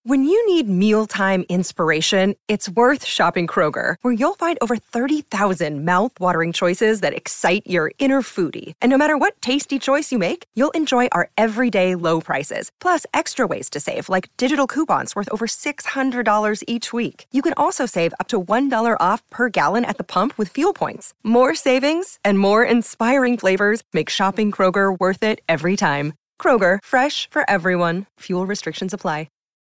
When you need mealtime inspiration, it's worth shopping Kroger, where you'll find over 30,000 mouth-watering choices that excite your inner foodie. And no matter what tasty choice you make, you'll enjoy our everyday low prices, plus extra ways to save, like digital coupons worth over $600 each week. You can also save up to $1 off per gallon at the pump with fuel points. More savings and more inspiring flavors make shopping Kroger worth it every time. Kroger, fresh for everyone. Fuel restrictions apply.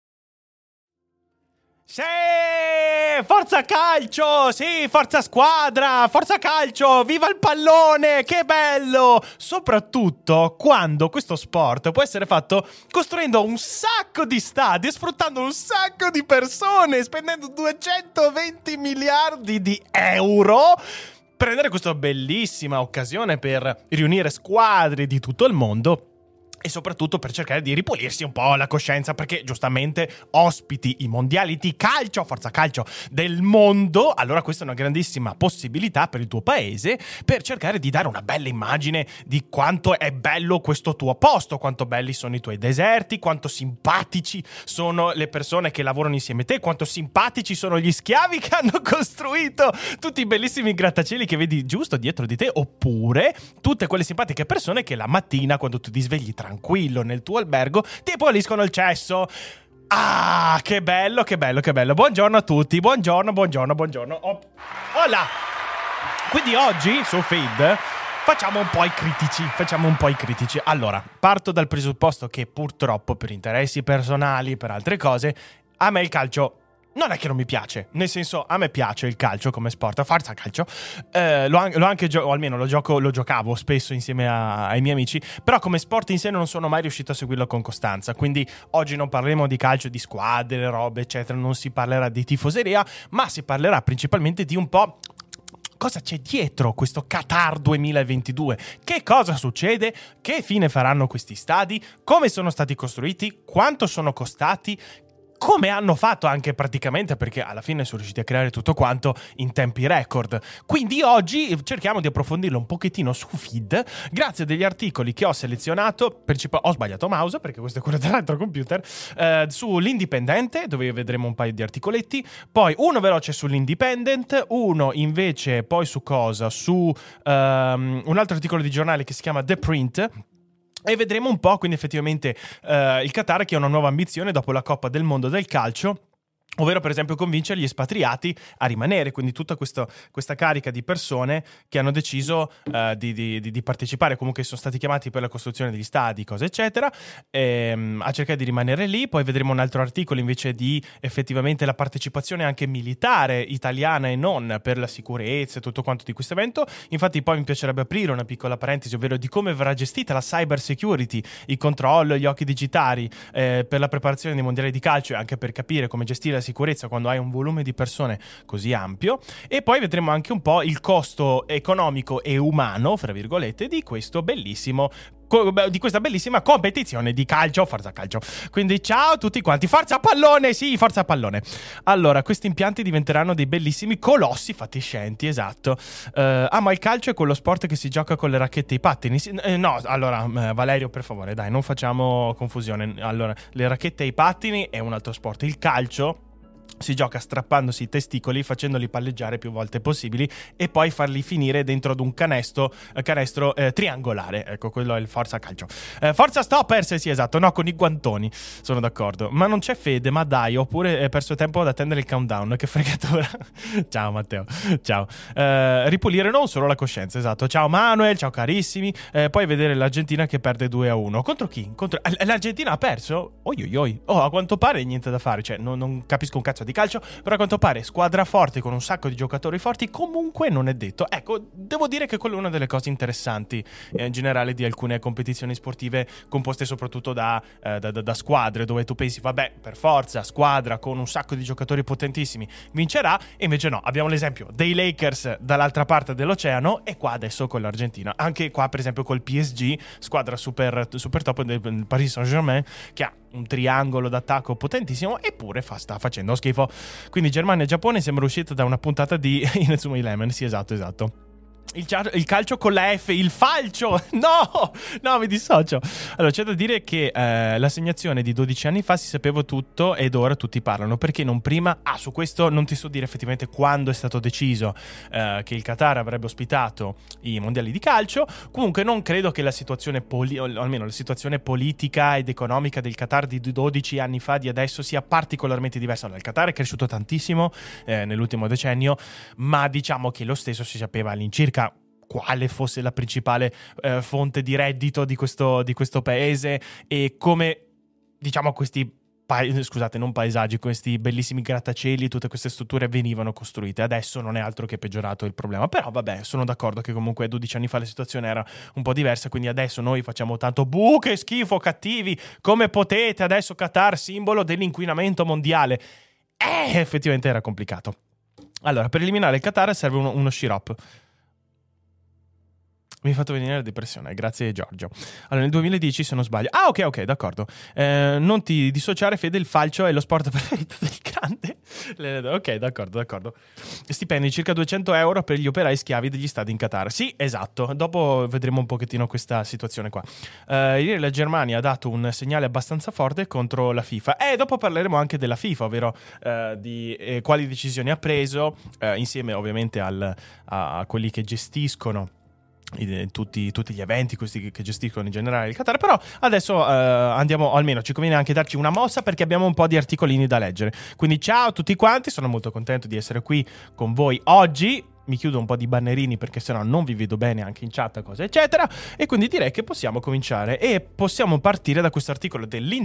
Sì, forza calcio, sì, forza squadra, forza calcio, viva il pallone, che bello! Soprattutto quando questo sport può essere fatto costruendo un sacco di stadi, sfruttando un sacco di persone, spendendo 220 miliardi di euro per avere questa bellissima occasione per riunire squadre di tutto il mondo. E soprattutto per cercare di ripulirsi un po' la coscienza, perché giustamente ospiti i mondiali di calcio, forza calcio del mondo, allora questa è una grandissima possibilità per il tuo paese per cercare di dare una bella immagine di quanto è bello questo tuo posto, quanto belli sono i tuoi deserti, quanto simpatici sono le persone che lavorano insieme a te, quanto simpatici sono gli schiavi che hanno costruito tutti i bellissimi grattacieli che vedi giusto dietro di te, oppure tutte quelle simpatiche persone che la mattina, quando tu ti svegli tranquillo nel tuo albergo, ti puliscono il cesso. Ah, che bello, che bello, che bello. Buongiorno a tutti, buongiorno. Hola. Quindi oggi su Feed facciamo un po' i critici. Allora, parto dal presupposto che purtroppo per interessi personali, per altre cose, a me il calcio non è che non mi piace, nel senso, a me piace il calcio come sport, forza calcio, l'ho anche o almeno lo giocavo spesso insieme ai miei amici, però come sport in sé non sono mai riuscito a seguirlo con costanza, quindi oggi non parleremo di calcio, di squadre, robe eccetera, non si parlerà di tifoseria, ma si parlerà principalmente di un po' cosa c'è dietro questo Qatar 2022, che cosa succede, che fine faranno questi stadi, come sono stati costruiti, quanto sono costati, come hanno fatto anche praticamente, perché alla fine sono riusciti a creare tutto quanto in tempi record. Quindi oggi cerchiamo di approfondirlo un pochettino su Feed, grazie a degli articoli che ho selezionato, ho sbagliato mouse perché questo è quello dell'altro computer, sull'Indipendente, dove vedremo un paio di articoletti, poi uno veloce sull'Independent, uno invece poi su cosa? Su un altro articolo di giornale che si chiama The Print. E vedremo un po', quindi effettivamente il Qatar che ha una nuova ambizione dopo la Coppa del Mondo del calcio, ovvero per esempio convincere gli espatriati a rimanere, quindi tutta questa carica di persone che hanno deciso di partecipare, comunque sono stati chiamati per la costruzione degli stadi, cose eccetera, a cercare di rimanere lì. Poi vedremo un altro articolo invece di effettivamente la partecipazione anche militare italiana e non, per la sicurezza e tutto quanto di questo evento. Infatti poi mi piacerebbe aprire una piccola parentesi, ovvero di come verrà gestita la cyber security, il controllo, gli occhi digitali per la preparazione dei mondiali di calcio, e anche per capire come gestire la sicurezza quando hai un volume di persone così ampio. E poi vedremo anche un po' il costo economico e umano, fra virgolette, di questa bellissima competizione di calcio, forza calcio. Quindi ciao a tutti quanti, forza pallone, sì, forza pallone. Allora, questi impianti diventeranno dei bellissimi colossi fatiscenti, esatto. Ma il calcio è quello sport che si gioca con le racchette e i pattini? No, allora, Valerio, per favore, dai, non facciamo confusione. Allora, le racchette e i pattini è un altro sport. Il calcio si gioca strappandosi i testicoli, facendoli palleggiare più volte possibili e poi farli finire dentro ad un canestro triangolare. Ecco, quello è il forza calcio. Forza stoppers, sì, esatto, no, con i guantoni, sono d'accordo. Ma non c'è fede, ma dai, oppure perso tempo ad attendere il countdown, che fregatura. Ciao Matteo, ciao. Ripulire non solo la coscienza, esatto. Ciao Manuel, ciao carissimi. Poi vedere l'Argentina che perde 2-1. Contro chi? L'Argentina ha perso? Oi. Oh, a quanto pare niente da fare, cioè non capisco un cazzo di calcio, però a quanto pare squadra forte con un sacco di giocatori forti, comunque non è detto. Ecco, devo dire che quella è una delle cose interessanti in generale di alcune competizioni sportive composte soprattutto da squadre, dove tu pensi vabbè, per forza squadra con un sacco di giocatori potentissimi vincerà, e invece no, abbiamo l'esempio dei Lakers dall'altra parte dell'oceano, e qua adesso con l'Argentina, anche qua per esempio col PSG, squadra super top del Paris Saint-Germain, che ha un triangolo d'attacco potentissimo, eppure sta facendo schifo. Quindi Germania e Giappone sembra uscita da una puntata di Inazuma Eleven. Sì, esatto. Il calcio con la F, il falcio! No, mi dissocio. Allora, c'è da dire che l'assegnazione di 12 anni fa si sapeva tutto ed ora tutti parlano. Perché non prima? Su questo non ti so dire effettivamente quando è stato deciso che il Qatar avrebbe ospitato i mondiali di calcio. Comunque non credo che la situazione almeno la situazione politica ed economica del Qatar di 12 anni fa di adesso sia particolarmente diversa. Allora, il Qatar è cresciuto tantissimo nell'ultimo decennio, ma diciamo che lo stesso si sapeva all'incirca quale fosse la principale fonte di reddito di questo paese e come, diciamo, questi questi bellissimi grattacieli, tutte queste strutture venivano costruite. Adesso non è altro che peggiorato il problema, però vabbè, sono d'accordo che comunque 12 anni fa la situazione era un po' diversa, quindi adesso noi facciamo tanto che schifo, cattivi, come potete, adesso Qatar simbolo dell'inquinamento mondiale. Effettivamente era complicato. Allora, per eliminare il Qatar serve uno sciroppo. Mi hai fatto venire la depressione, grazie Giorgio. Allora, nel 2010, se non sbaglio... ok, d'accordo. Non ti dissociare, Fede, il falcio è lo sport preferito del grande. Ok, d'accordo. Stipendi circa 200 euro per gli operai schiavi degli stadi in Qatar. Sì, esatto. Dopo vedremo un pochettino questa situazione qua. Ieri la Germania ha dato un segnale abbastanza forte contro la FIFA. Dopo parleremo anche della FIFA, ovvero di quali decisioni ha preso, insieme ovviamente a quelli che gestiscono tutti gli eventi, questi che gestiscono in generale il Qatar. Però adesso andiamo, o almeno ci conviene anche darci una mossa, perché abbiamo un po' di articolini da leggere. Quindi ciao a tutti quanti, sono molto contento di essere qui con voi oggi. Mi chiudo un po' di bannerini perché sennò non vi vedo bene anche in chat, cose eccetera, e quindi direi che possiamo cominciare e possiamo partire da questo articolo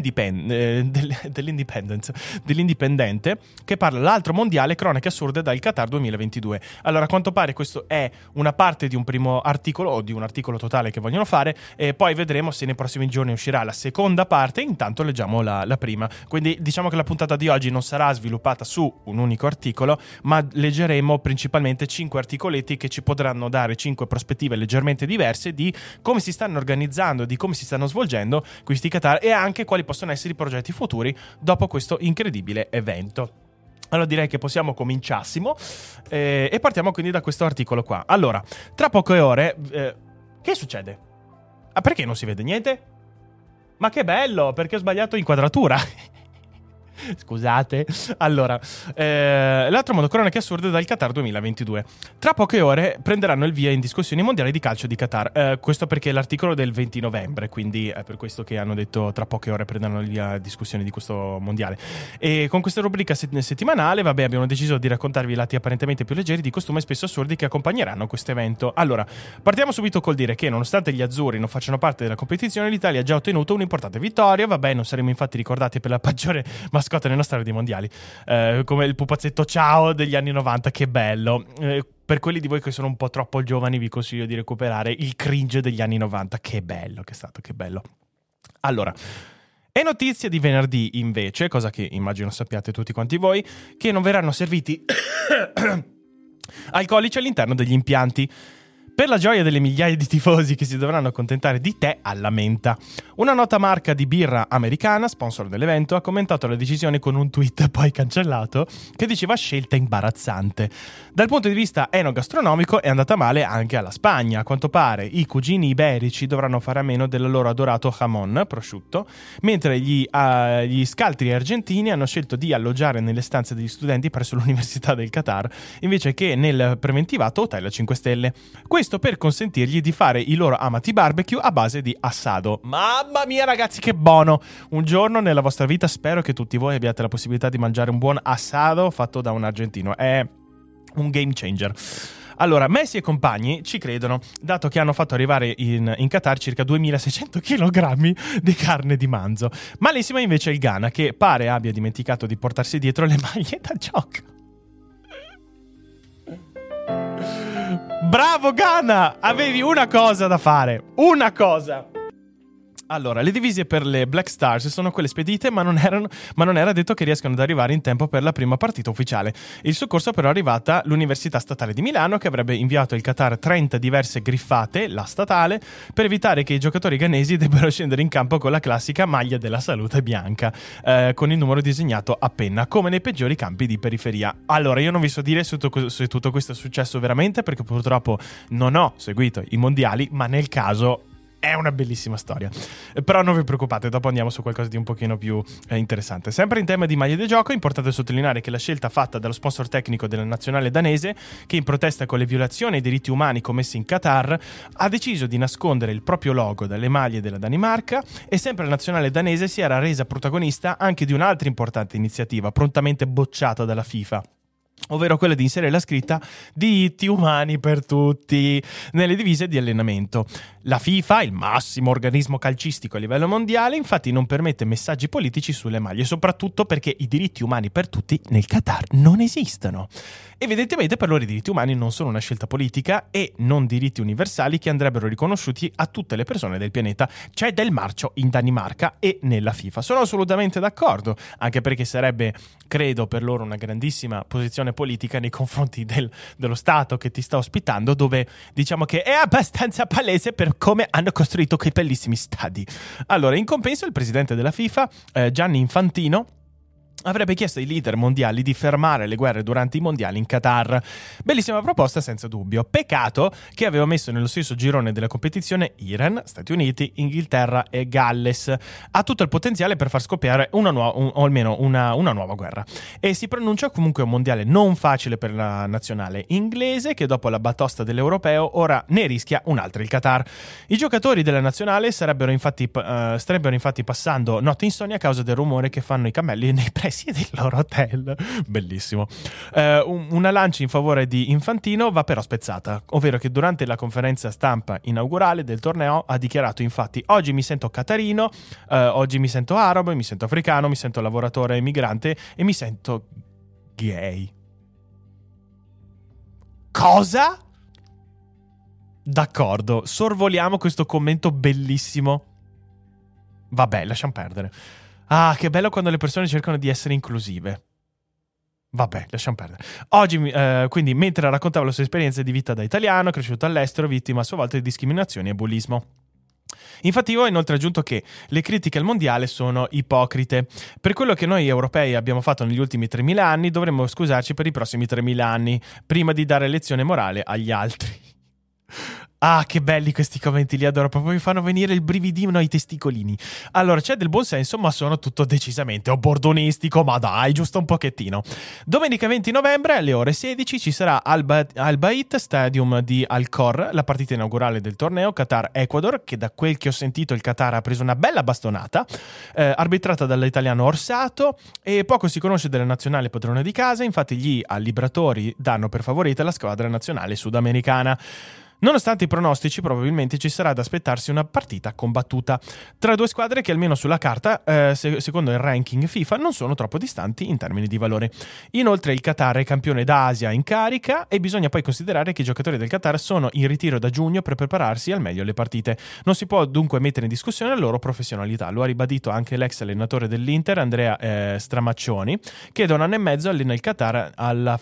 dell'Indipendente, che parla l'altro mondiale, cronache assurde dal Qatar 2022. Allora, a quanto pare questo è una parte di un primo articolo o di un articolo totale che vogliono fare, e poi vedremo se nei prossimi giorni uscirà la seconda parte. Intanto leggiamo la prima. Quindi diciamo che la puntata di oggi non sarà sviluppata su un unico articolo, ma leggeremo principalmente 5 articoletti che ci potranno dare 5 prospettive leggermente diverse di come si stanno organizzando, di come si stanno svolgendo questi Qatar e anche quali possono essere i progetti futuri dopo questo incredibile evento. Allora direi che possiamo cominciassimo e partiamo quindi da questo articolo qua. Allora, tra poche ore che succede? Perché non si vede niente? Ma che bello, perché ho sbagliato inquadratura. Scusate. Allora, l'altro mondo, cronache assurde dal Qatar 2022. Tra poche ore prenderanno il via in discussioni mondiali di calcio di Qatar. Questo perché è l'articolo del 20 novembre, quindi è per questo che hanno detto tra poche ore prenderanno il via discussioni di questo mondiale. E con questa rubrica settimanale, vabbè, abbiamo deciso di raccontarvi i lati apparentemente più leggeri di costume spesso assurdi che accompagneranno questo evento. Allora, partiamo subito col dire che nonostante gli azzurri non facciano parte della competizione, l'Italia ha già ottenuto un'importante vittoria. Vabbè, non saremo infatti ricordati per la peggiore mascotte nella storia dei mondiali, come il pupazzetto ciao degli anni 90. Che bello. Per quelli di voi che sono un po' troppo giovani vi consiglio di recuperare il cringe degli anni 90. Che bello che è stato, che bello. Allora, è notizia di venerdì invece, cosa che immagino sappiate tutti quanti voi, che non verranno serviti alcolici all'interno degli impianti. Per la gioia delle migliaia di tifosi che si dovranno accontentare di tè alla menta. Una nota marca di birra americana, sponsor dell'evento, ha commentato la decisione con un tweet poi cancellato che diceva scelta imbarazzante. Dal punto di vista enogastronomico è andata male anche alla Spagna. A quanto pare i cugini iberici dovranno fare a meno del loro adorato jamon, prosciutto, mentre gli scaltri argentini hanno scelto di alloggiare nelle stanze degli studenti presso l'Università del Qatar invece che nel preventivato Hotel 5 Stelle. Questo per consentirgli di fare i loro amati barbecue a base di assado. Mamma mia ragazzi, che buono! Un giorno nella vostra vita spero che tutti voi abbiate la possibilità di mangiare un buon assado fatto da un argentino. È un game changer. Allora, Messi e compagni ci credono, dato che hanno fatto arrivare in Qatar circa 2600 kg di carne di manzo. Malissimo invece il Ghana, che pare abbia dimenticato di portarsi dietro le maglie da gioco. Bravo Ghana, avevi una cosa da fare, una cosa. Allora, le divise per le Black Stars sono quelle spedite, ma non era detto che riescano ad arrivare in tempo per la prima partita ufficiale. Il soccorso però è arrivata l'Università Statale di Milano, che avrebbe inviato al Qatar 30 diverse griffate, la statale, per evitare che i giocatori ghanesi debbano scendere in campo con la classica maglia della salute bianca, con il numero disegnato a penna, come nei peggiori campi di periferia. Allora, io non vi so dire se tutto questo è successo veramente, perché purtroppo non ho seguito i mondiali, ma nel caso è una bellissima storia. Però non vi preoccupate, dopo andiamo su qualcosa di un pochino più interessante. Sempre in tema di maglie di gioco, è importante sottolineare che la scelta fatta dallo sponsor tecnico della nazionale danese, che in protesta con le violazioni ai diritti umani commesse in Qatar, ha deciso di nascondere il proprio logo dalle maglie della Danimarca, e sempre la nazionale danese si era resa protagonista anche di un'altra importante iniziativa, prontamente bocciata dalla FIFA, ovvero quella di inserire la scritta diritti umani per tutti nelle divise di allenamento. La FIFA, il massimo organismo calcistico a livello mondiale, infatti non permette messaggi politici sulle maglie, soprattutto perché i diritti umani per tutti nel Qatar non esistono. Evidentemente per loro i diritti umani non sono una scelta politica e non diritti universali che andrebbero riconosciuti a tutte le persone del pianeta. C'è del marcio in Danimarca e nella FIFA. Sono assolutamente d'accordo, anche perché sarebbe, credo, per loro una grandissima posizione politica nei confronti dello Stato che ti sta ospitando, dove diciamo che è abbastanza palese per come hanno costruito quei bellissimi stadi. Allora, in compenso il presidente della FIFA, Gianni Infantino, avrebbe chiesto ai leader mondiali di fermare le guerre durante i mondiali in Qatar. Bellissima proposta, senza dubbio. Peccato che aveva messo nello stesso girone della competizione Iran, Stati Uniti, Inghilterra e Galles. Ha tutto il potenziale per far scoppiare almeno una nuova guerra. E si pronuncia comunque un mondiale non facile per la nazionale inglese, che dopo la batosta dell'europeo ora ne rischia un'altra, il Qatar. I giocatori della nazionale starebbero infatti passando notte insonni a causa del rumore che fanno i cammelli nei pressi del loro hotel. Bellissimo. Una lancia in favore di Infantino va però spezzata, ovvero che durante la conferenza stampa inaugurale del torneo ha dichiarato infatti: oggi mi sento qatarino, oggi mi sento arabo, mi sento africano, mi sento lavoratore migrante e mi sento gay. Cosa? D'accordo, sorvoliamo questo commento bellissimo. Vabbè, lasciamo perdere. Ah, che bello quando le persone cercano di essere inclusive. Vabbè, lasciamo perdere. Oggi, quindi, mentre raccontava la sua esperienza di vita da italiano, cresciuto all'estero, vittima a sua volta di discriminazioni e bullismo. Infatti ha inoltre aggiunto che le critiche al mondiale sono ipocrite. Per quello che noi europei abbiamo fatto negli ultimi 3.000 anni, dovremmo scusarci per i prossimi 3.000 anni, prima di dare lezione morale agli altri. Ah, che belli questi commenti, li adoro, proprio mi fanno venire il brividino ai testicolini. Allora, c'è del buon senso, ma sono tutto decisamente opportunistico, ma dai, giusto un pochettino. Domenica 20 novembre alle ore 16 ci sarà Al Bayt Stadium di Al Khor, la partita inaugurale del torneo Qatar-Ecuador, che da quel che ho sentito il Qatar ha preso una bella bastonata, arbitrata dall'italiano Orsato, e poco si conosce della nazionale padrona di casa, infatti gli allibratori danno per favorita la squadra nazionale sudamericana. Nonostante i pronostici, probabilmente ci sarà da aspettarsi una partita combattuta tra due squadre che almeno sulla carta, secondo il ranking FIFA, non sono troppo distanti in termini di valore. Inoltre il Qatar è campione d'Asia in carica e bisogna poi considerare che i giocatori del Qatar sono in ritiro da giugno per prepararsi al meglio alle partite. Non si può dunque mettere in discussione la loro professionalità. Lo ha ribadito anche l'ex allenatore dell'Inter, Andrea Stramaccioni, che da un anno e mezzo allena il Qatar al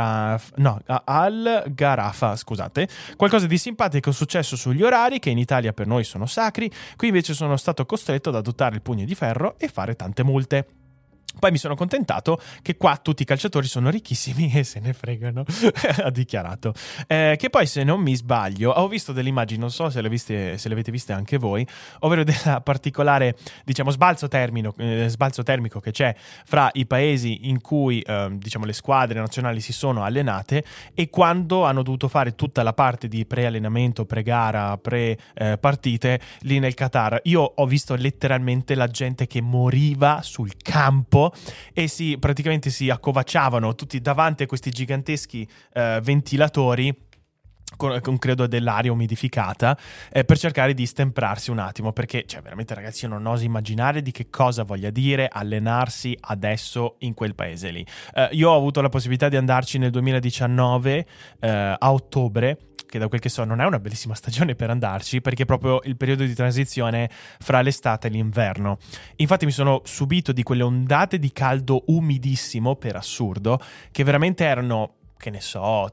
Garafa, scusate. Qualcosa di simpatico è successo sugli orari, che in Italia per noi sono sacri. Qui invece sono stato costretto ad adottare il pugno di ferro e fare tante multe. Poi mi sono accontentato che qua tutti i calciatori sono ricchissimi e se ne fregano, ha dichiarato. Che poi, se non mi sbaglio, ho visto delle immagini, non so se le avete viste anche voi, ovvero della particolare, diciamo, sbalzo termico che c'è fra i paesi in cui, diciamo, le squadre nazionali si sono allenate e quando hanno dovuto fare tutta la parte di pre-allenamento, pre-gara, pre-partite lì nel Qatar. Io ho visto letteralmente la gente che moriva sul campo e praticamente si accovacciavano tutti davanti a questi giganteschi ventilatori con credo dell'aria umidificata, per cercare di stemprarsi un attimo, perché cioè veramente, ragazzi, io non oso immaginare di che cosa voglia dire allenarsi adesso in quel paese lì. Io ho avuto la possibilità di andarci nel 2019 a ottobre che da quel che so non è una bellissima stagione per andarci, perché è proprio il periodo di transizione fra l'estate e l'inverno. Infatti mi sono subito di quelle ondate di caldo umidissimo, per assurdo, che veramente erano, che ne so,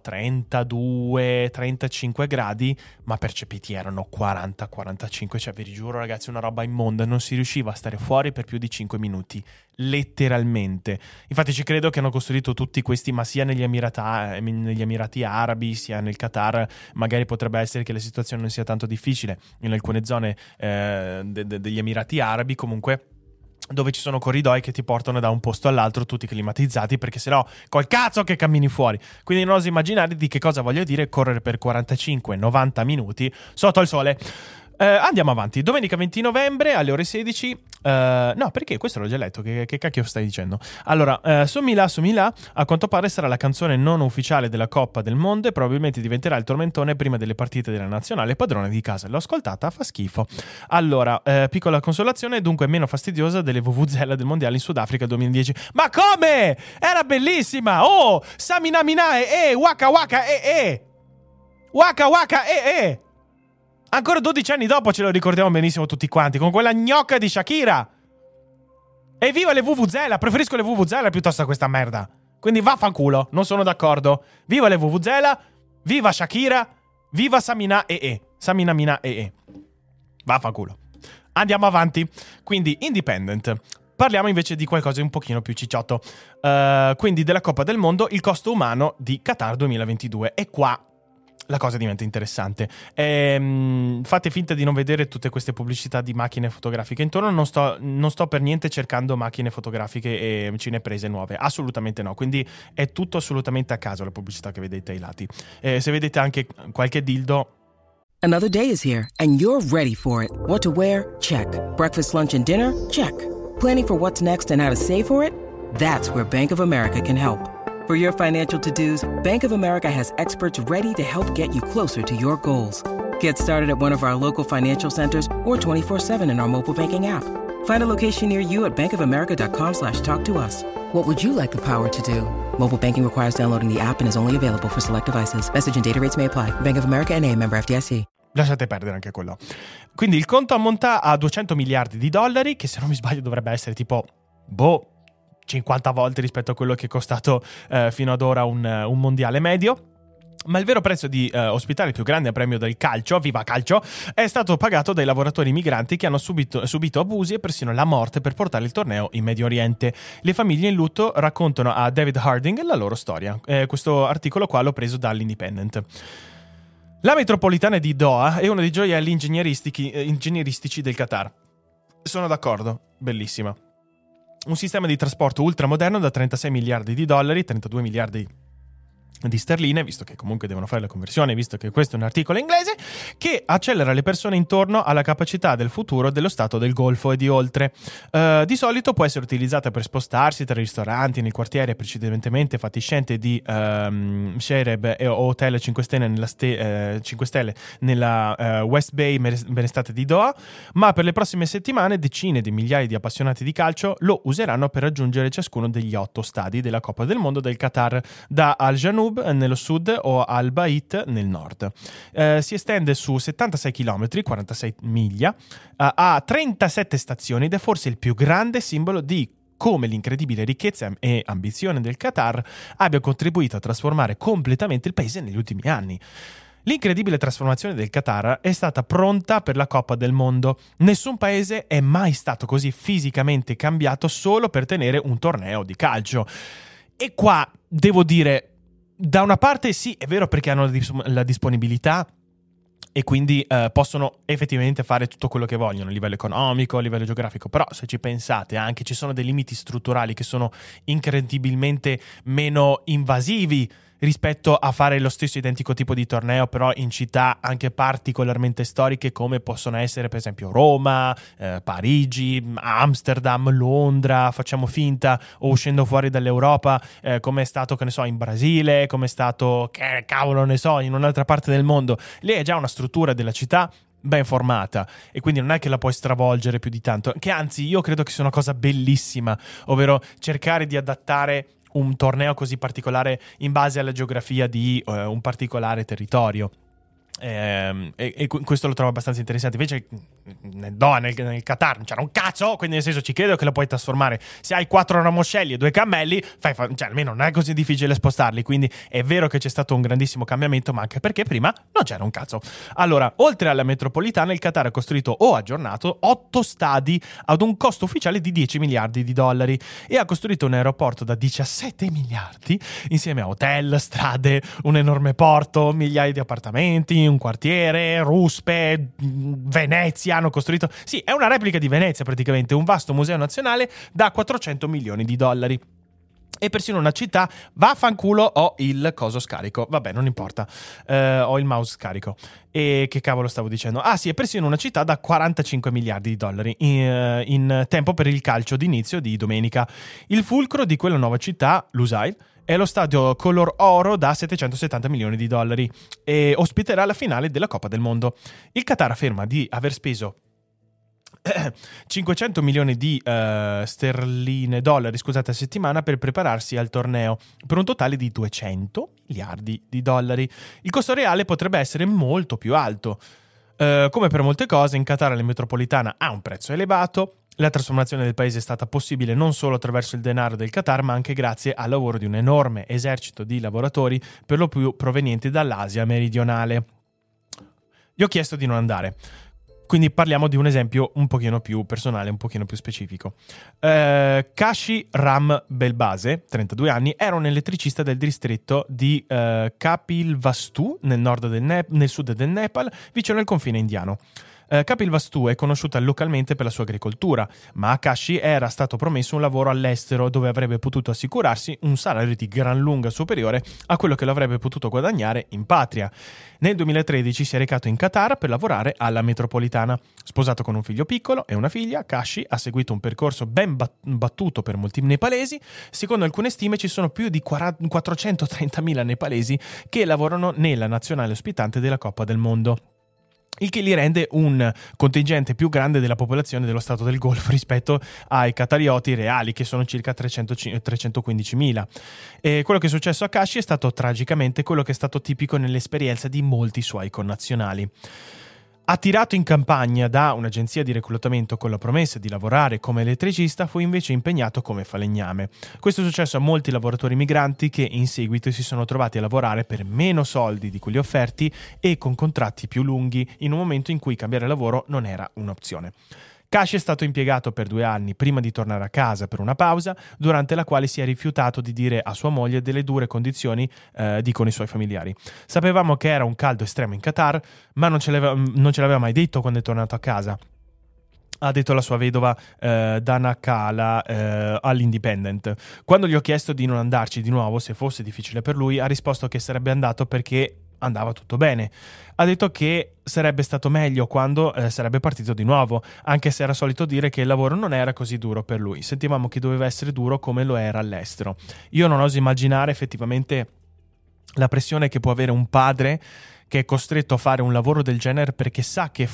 32-35 gradi, ma percepiti erano 40-45, cioè vi giuro ragazzi, una roba immonda, non si riusciva a stare fuori per più di 5 minuti, letteralmente. Infatti ci credo che hanno costruito tutti questi, ma sia negli Emirati Arabi, sia nel Qatar. Magari potrebbe essere che la situazione non sia tanto difficile in alcune zone degli Emirati Arabi, comunque, dove ci sono corridoi che ti portano da un posto all'altro tutti climatizzati, perché sennò col cazzo che cammini fuori. Quindi non oso immaginare di che cosa voglio dire correre per 45-90 minuti sotto il sole. Andiamo avanti. Domenica 20 novembre alle ore 16. No, perché questo l'ho già letto. Che cacchio stai dicendo? Allora, Somila, a quanto pare sarà la canzone non ufficiale della Coppa del Mondo e probabilmente diventerà il tormentone prima delle partite della nazionale padrona di casa. L'ho ascoltata, fa schifo. Allora, piccola consolazione, dunque meno fastidiosa delle vuvuzela del mondiale in Sudafrica 2010. Ma come? Era bellissima! Oh, Samina Mina waka waka waka waka Ancora 12 anni dopo ce lo ricordiamo benissimo tutti quanti, con quella gnocca di Shakira. E viva le vuvuzela, preferisco le vuvuzela piuttosto a questa merda. Quindi vaffanculo, non sono d'accordo. Viva le vuvuzela, viva Shakira, viva Samina Samina Mina Vaffanculo. Andiamo avanti. Quindi Independent. Parliamo invece di qualcosa di un pochino più cicciotto. Quindi della Coppa del Mondo, il costo umano di Qatar 2022. E qua la cosa diventa interessante. Fate finta di non vedere tutte queste pubblicità di macchine fotografiche intorno. Non sto per niente cercando macchine fotografiche e cineprese nuove, assolutamente no. Quindi è tutto assolutamente a caso la pubblicità che vedete ai lati. Se vedete anche qualche dildo. Another day is here and you're ready for it. What to wear? Check. Breakfast, lunch and dinner? Check. Planning for what's next and how to save for it? That's where Bank of America can help. For your financial to-dos, Bank of America has experts ready to help get you closer to your goals. Get started at one of our local financial centers or 24/7 in our mobile banking app. Find a location near you at bankofamerica.com/talktous. What would you like the power to do? Mobile banking requires downloading the app and is only available for select devices. Message and data rates may apply. Bank of America N.A., member FDIC. Lasciate perdere anche quello. Quindi il conto ammonta a 200 miliardi di dollari, che se non mi sbaglio dovrebbe essere tipo 50 volte rispetto a quello che è costato fino ad ora un mondiale medio. Ma il vero prezzo di ospitare il più grande premio del calcio, viva calcio, è stato pagato dai lavoratori migranti che hanno subito abusi e persino la morte per portare il torneo in Medio Oriente. Le famiglie in lutto raccontano a David Harding la loro storia. Questo articolo qua l'ho preso dall'Independent. La metropolitana di Doha è uno dei gioielli ingegneristici del Qatar. Sono d'accordo, bellissima. Un sistema di trasporto ultramoderno da 36 miliardi di dollari, 32 miliardi di sterline, visto che comunque devono fare la conversione, visto che questo è un articolo inglese, che accelera le persone intorno alla capacità del futuro dello stato del Golfo e di oltre. Di solito può essere utilizzata per spostarsi tra ristoranti nel quartiere precedentemente fatiscente di Shereb o Hotel 5 Stelle nella West Bay benestate di Doha, ma per le prossime settimane decine di migliaia di appassionati di calcio lo useranno per raggiungere ciascuno degli 8 stadi della Coppa del Mondo del Qatar, da Al Janoub nello sud o Al Bait nel nord. Si estende su 76 km, 46 miglia, ha 37 stazioni ed è forse il più grande simbolo di come l'incredibile ricchezza e ambizione del Qatar abbia contribuito a trasformare completamente il paese negli ultimi anni. L'incredibile trasformazione del Qatar è stata pronta per la Coppa del Mondo. Nessun paese è mai stato così fisicamente cambiato solo per tenere un torneo di calcio. E qua devo dire, da una parte sì, è vero, perché hanno la disponibilità e quindi possono effettivamente fare tutto quello che vogliono a livello economico, a livello geografico, però se ci pensate anche ci sono dei limiti strutturali che sono incredibilmente meno invasivi rispetto a fare lo stesso identico tipo di torneo però in città anche particolarmente storiche come possono essere per esempio Roma, Parigi, Amsterdam, Londra, facciamo finta, o uscendo fuori dall'Europa come è stato, che ne so, in Brasile, come è stato, che cavolo ne so, in un'altra parte del mondo. Lì è già una struttura della città ben formata e quindi non è che la puoi stravolgere più di tanto, che anzi io credo che sia una cosa bellissima, ovvero cercare di adattare un torneo così particolare in base alla geografia di un particolare territorio. Questo lo trovo abbastanza interessante. Invece nel Doha, nel Qatar non c'era un cazzo, quindi nel senso ci credo che lo puoi trasformare. Se hai 4 ramoscelli e 2 cammelli, cioè almeno non è così difficile spostarli. Quindi è vero che c'è stato un grandissimo cambiamento, ma anche perché prima non c'era un cazzo. Allora, oltre alla metropolitana, il Qatar ha costruito o aggiornato 8 stadi ad un costo ufficiale di 10 miliardi di dollari e ha costruito un aeroporto da 17 miliardi insieme a hotel, strade, un enorme porto, migliaia di appartamenti, un quartiere, ruspe, Venezia hanno costruito. Sì, è una replica di Venezia praticamente, un vasto museo nazionale da 400 milioni di dollari. E persino una città, vaffanculo, ho il coso scarico. Vabbè, non importa, ho il mouse scarico. E che cavolo stavo dicendo? Ah sì, è persino una città da 45 miliardi di dollari in tempo per il calcio d'inizio di domenica. Il fulcro di quella nuova città, Lusail, è lo stadio color oro da 770 milioni di dollari e ospiterà la finale della Coppa del Mondo. Il Qatar afferma di aver speso 500 milioni di dollari a settimana per prepararsi al torneo, per un totale di 200 miliardi di dollari. Il costo reale potrebbe essere molto più alto. Come per molte cose, in Qatar la metropolitana ha un prezzo elevato. La trasformazione del paese è stata possibile non solo attraverso il denaro del Qatar, ma anche grazie al lavoro di un enorme esercito di lavoratori, per lo più provenienti dall'Asia meridionale. Gli ho chiesto di non andare. Quindi parliamo di un esempio un pochino più personale, un pochino più specifico. Kashi Ram Belbase, 32 anni, era un elettricista del distretto di Kapilvastu, nel sud del Nepal, vicino al confine indiano. Kapilvastu è conosciuta localmente per la sua agricoltura, ma a Kashi era stato promesso un lavoro all'estero dove avrebbe potuto assicurarsi un salario di gran lunga superiore a quello che lo avrebbe potuto guadagnare in patria. Nel 2013 si è recato in Qatar per lavorare alla metropolitana. Sposato con un figlio piccolo e una figlia, Kashi ha seguito un percorso ben battuto per molti nepalesi. Secondo alcune stime ci sono più di 430.000 nepalesi che lavorano nella nazionale ospitante della Coppa del Mondo, il che li rende un contingente più grande della popolazione dello Stato del Golfo rispetto ai qatarioti reali, che sono circa 315.000. E quello che è successo a Kashi è stato tragicamente quello che è stato tipico nell'esperienza di molti suoi connazionali. Attirato in campagna da un'agenzia di reclutamento con la promessa di lavorare come elettricista, fu invece impegnato come falegname. Questo è successo a molti lavoratori migranti che in seguito si sono trovati a lavorare per meno soldi di quelli offerti e con contratti più lunghi, in un momento in cui cambiare lavoro non era un'opzione. Kashi è stato impiegato per 2 anni prima di tornare a casa per una pausa, durante la quale si è rifiutato di dire a sua moglie delle dure condizioni dicono i suoi familiari. Sapevamo che era un caldo estremo in Qatar, ma non ce l'aveva mai detto quando è tornato a casa, ha detto la sua vedova Dana Kala all'Independent. Quando gli ho chiesto di non andarci di nuovo se fosse difficile per lui, ha risposto che sarebbe andato perché andava tutto bene. Ha detto che sarebbe stato meglio quando sarebbe partito di nuovo, anche se era solito dire che il lavoro non era così duro per lui. Sentivamo che doveva essere duro come lo era all'estero. Io non oso immaginare effettivamente la pressione che può avere un padre che è costretto a fare un lavoro del genere perché sa che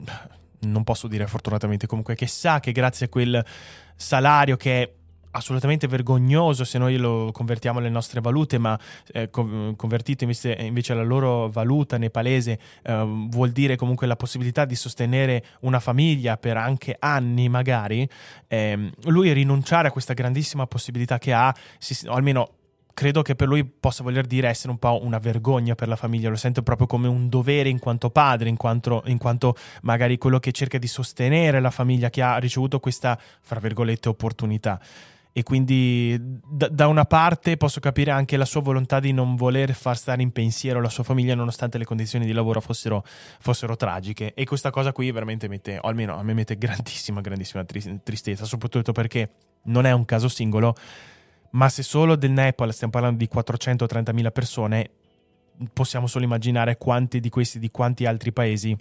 non posso dire fortunatamente, comunque che sa che grazie a quel salario che è assolutamente vergognoso se noi lo convertiamo alle nostre valute, ma convertito invece alla loro valuta nepalese vuol dire comunque la possibilità di sostenere una famiglia per anche anni magari. Lui rinunciare a questa grandissima possibilità che ha, o almeno credo che per lui possa voler dire essere un po' una vergogna per la famiglia, lo sento proprio come un dovere in quanto padre, in quanto magari quello che cerca di sostenere la famiglia che ha ricevuto questa, fra virgolette, opportunità. E quindi da una parte posso capire anche la sua volontà di non voler far stare in pensiero la sua famiglia nonostante le condizioni di lavoro fossero tragiche, e questa cosa qui veramente mette, o almeno a me mette grandissima tristezza, soprattutto perché non è un caso singolo, ma se solo del Nepal stiamo parlando di 430.000 persone, possiamo solo immaginare quanti di questi, di quanti altri paesi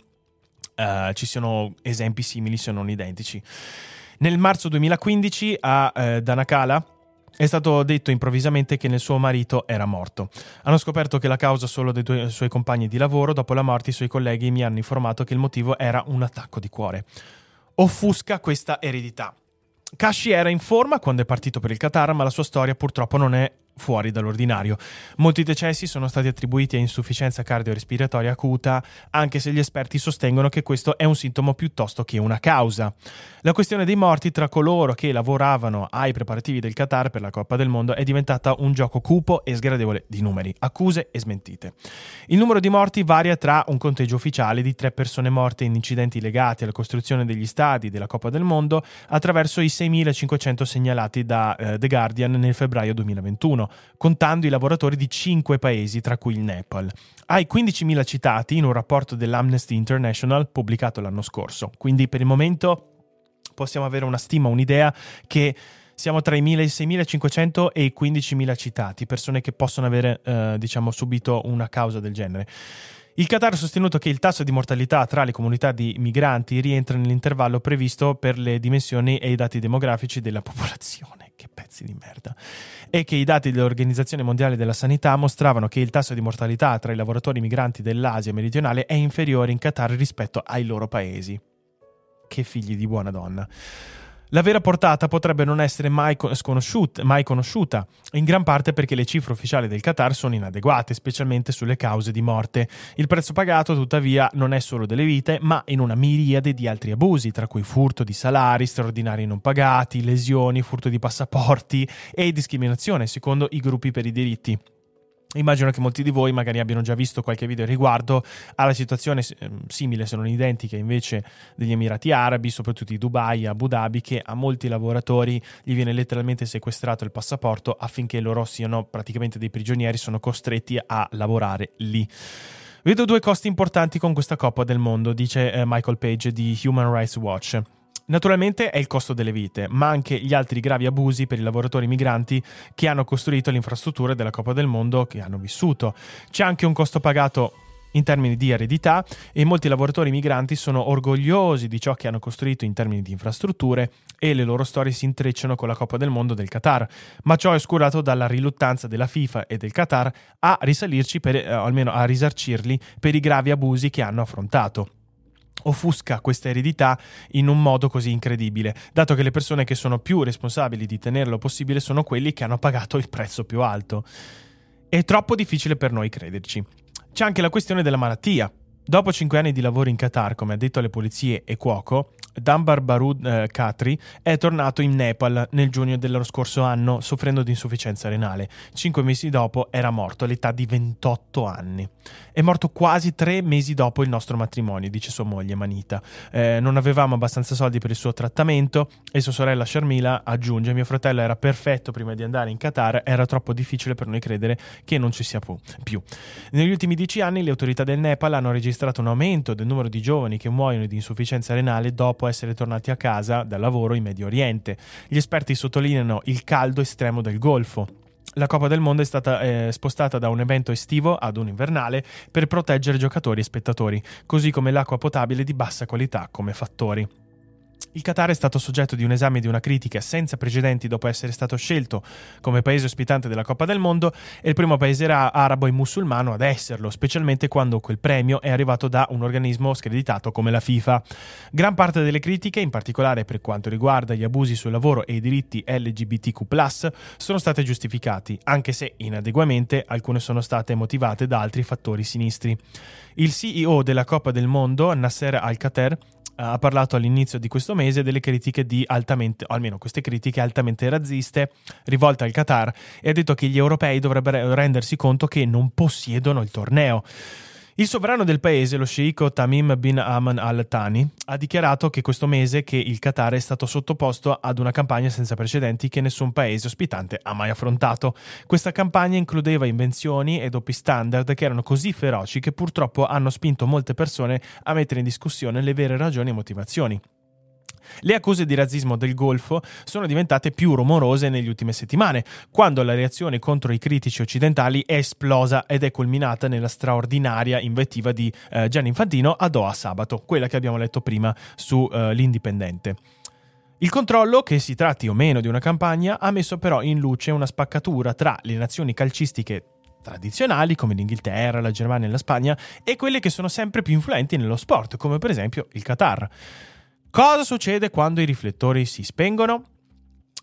ci sono esempi simili se non identici. Nel marzo 2015 a Danakala è stato detto improvvisamente che il suo marito era morto. Hanno scoperto che la causa solo dei 2 suoi compagni di lavoro. Dopo la morte i suoi colleghi mi hanno informato che il motivo era un attacco di cuore. Offusca questa eredità. Kashi era in forma quando è partito per il Qatar, ma la sua storia purtroppo non è fuori dall'ordinario. Molti decessi sono stati attribuiti a insufficienza cardiorespiratoria acuta, anche se gli esperti sostengono che questo è un sintomo piuttosto che una causa. La questione dei morti tra coloro che lavoravano ai preparativi del Qatar per la Coppa del Mondo è diventata un gioco cupo e sgradevole di numeri, accuse e smentite. Il numero di morti varia tra un conteggio ufficiale di 3 persone morte in incidenti legati alla costruzione degli stadi della Coppa del Mondo attraverso i 6.500 segnalati da The Guardian nel febbraio 2021. Contando i lavoratori di 5 paesi, tra cui il Nepal, ai 15.000 citati in un rapporto dell'Amnesty International pubblicato l'anno scorso. Quindi per il momento possiamo avere una stima, un'idea che siamo tra i 6.500 e i 15.000 citati, persone che possono avere subito una causa del genere. Il Qatar ha sostenuto che il tasso di mortalità tra le comunità di migranti rientra nell'intervallo previsto per le dimensioni e i dati demografici della popolazione. Che pezzi di merda. E che i dati dell'Organizzazione Mondiale della Sanità mostravano che il tasso di mortalità tra i lavoratori migranti dell'Asia meridionale è inferiore in Qatar rispetto ai loro paesi. Che figli di buona donna. La vera portata potrebbe non essere mai conosciuta, in gran parte perché le cifre ufficiali del Qatar sono inadeguate, specialmente sulle cause di morte. Il prezzo pagato, tuttavia, non è solo delle vite, ma in una miriade di altri abusi, tra cui furto di salari, straordinari non pagati, lesioni, furto di passaporti e discriminazione, secondo i gruppi per i diritti. Immagino che molti di voi magari abbiano già visto qualche video riguardo alla situazione simile, se non identica, invece degli Emirati Arabi, soprattutto di Dubai e Abu Dhabi, che a molti lavoratori gli viene letteralmente sequestrato il passaporto affinché loro siano praticamente dei prigionieri, sono costretti a lavorare lì. Vedo 2 costi importanti con questa Coppa del Mondo, dice Michael Page di Human Rights Watch. Naturalmente è il costo delle vite, ma anche gli altri gravi abusi per i lavoratori migranti che hanno costruito le infrastrutture della Coppa del Mondo, che hanno vissuto. C'è anche un costo pagato in termini di eredità e molti lavoratori migranti sono orgogliosi di ciò che hanno costruito in termini di infrastrutture e le loro storie si intrecciano con la Coppa del Mondo del Qatar, ma ciò è oscurato dalla riluttanza della FIFA e del Qatar a risalirci almeno a risarcirli per i gravi abusi che hanno affrontato. Offusca questa eredità in un modo così incredibile, dato che le persone che sono più responsabili di tenerlo possibile sono quelli che hanno pagato il prezzo più alto. È troppo difficile per noi crederci. C'è anche la questione della malattia. Dopo 5 anni di lavoro in Qatar, come ha detto alle polizie e cuoco, Dambar Barud Khatri è tornato in Nepal nel giugno dello scorso anno soffrendo di insufficienza renale. 5 mesi dopo era morto all'età di 28 anni. È morto quasi 3 mesi dopo il nostro matrimonio, dice sua moglie Manita. Non avevamo abbastanza soldi per il suo trattamento e sua sorella Sharmila aggiunge: mio fratello era perfetto prima di andare in Qatar, era troppo difficile per noi credere che non ci sia più. Negli ultimi 10 anni le autorità del Nepal hanno registrato un aumento del numero di giovani che muoiono di insufficienza renale dopo essere tornati a casa dal lavoro in Medio Oriente. Gli esperti sottolineano il caldo estremo del Golfo. La Coppa del Mondo è stata spostata da un evento estivo ad un invernale per proteggere giocatori e spettatori, così come l'acqua potabile di bassa qualità come fattori. Il Qatar è stato soggetto di un esame e di una critica senza precedenti dopo essere stato scelto come paese ospitante della Coppa del Mondo e il primo paese arabo e musulmano ad esserlo, specialmente quando quel premio è arrivato da un organismo screditato come la FIFA. Gran parte delle critiche, in particolare per quanto riguarda gli abusi sul lavoro e i diritti LGBTQ+, sono state giustificati, anche se inadeguamente alcune sono state motivate da altri fattori sinistri. Il CEO della Coppa del Mondo, Nasser Al-Khater, ha parlato all'inizio di questo mese delle critiche queste critiche altamente razziste rivolte al Qatar e ha detto che gli europei dovrebbero rendersi conto che non possiedono il torneo. Il sovrano del paese, lo sceicco Tamim bin Hamad Al Thani, ha dichiarato che questo mese che il Qatar è stato sottoposto ad una campagna senza precedenti che nessun paese ospitante ha mai affrontato. Questa campagna includeva invenzioni e doppi standard che erano così feroci che purtroppo hanno spinto molte persone a mettere in discussione le vere ragioni e motivazioni. Le accuse di razzismo del Golfo sono diventate più rumorose negli ultime settimane, quando la reazione contro i critici occidentali è esplosa ed è culminata nella straordinaria invettiva di Gianni Infantino a Doha sabato, quella che abbiamo letto prima su l'Indipendente. Il controllo, che si tratti o meno di una campagna, ha messo però in luce una spaccatura tra le nazioni calcistiche tradizionali come l'Inghilterra, la Germania e la Spagna e quelle che sono sempre più influenti nello sport, come per esempio il Qatar. Cosa succede quando i riflettori si spengono?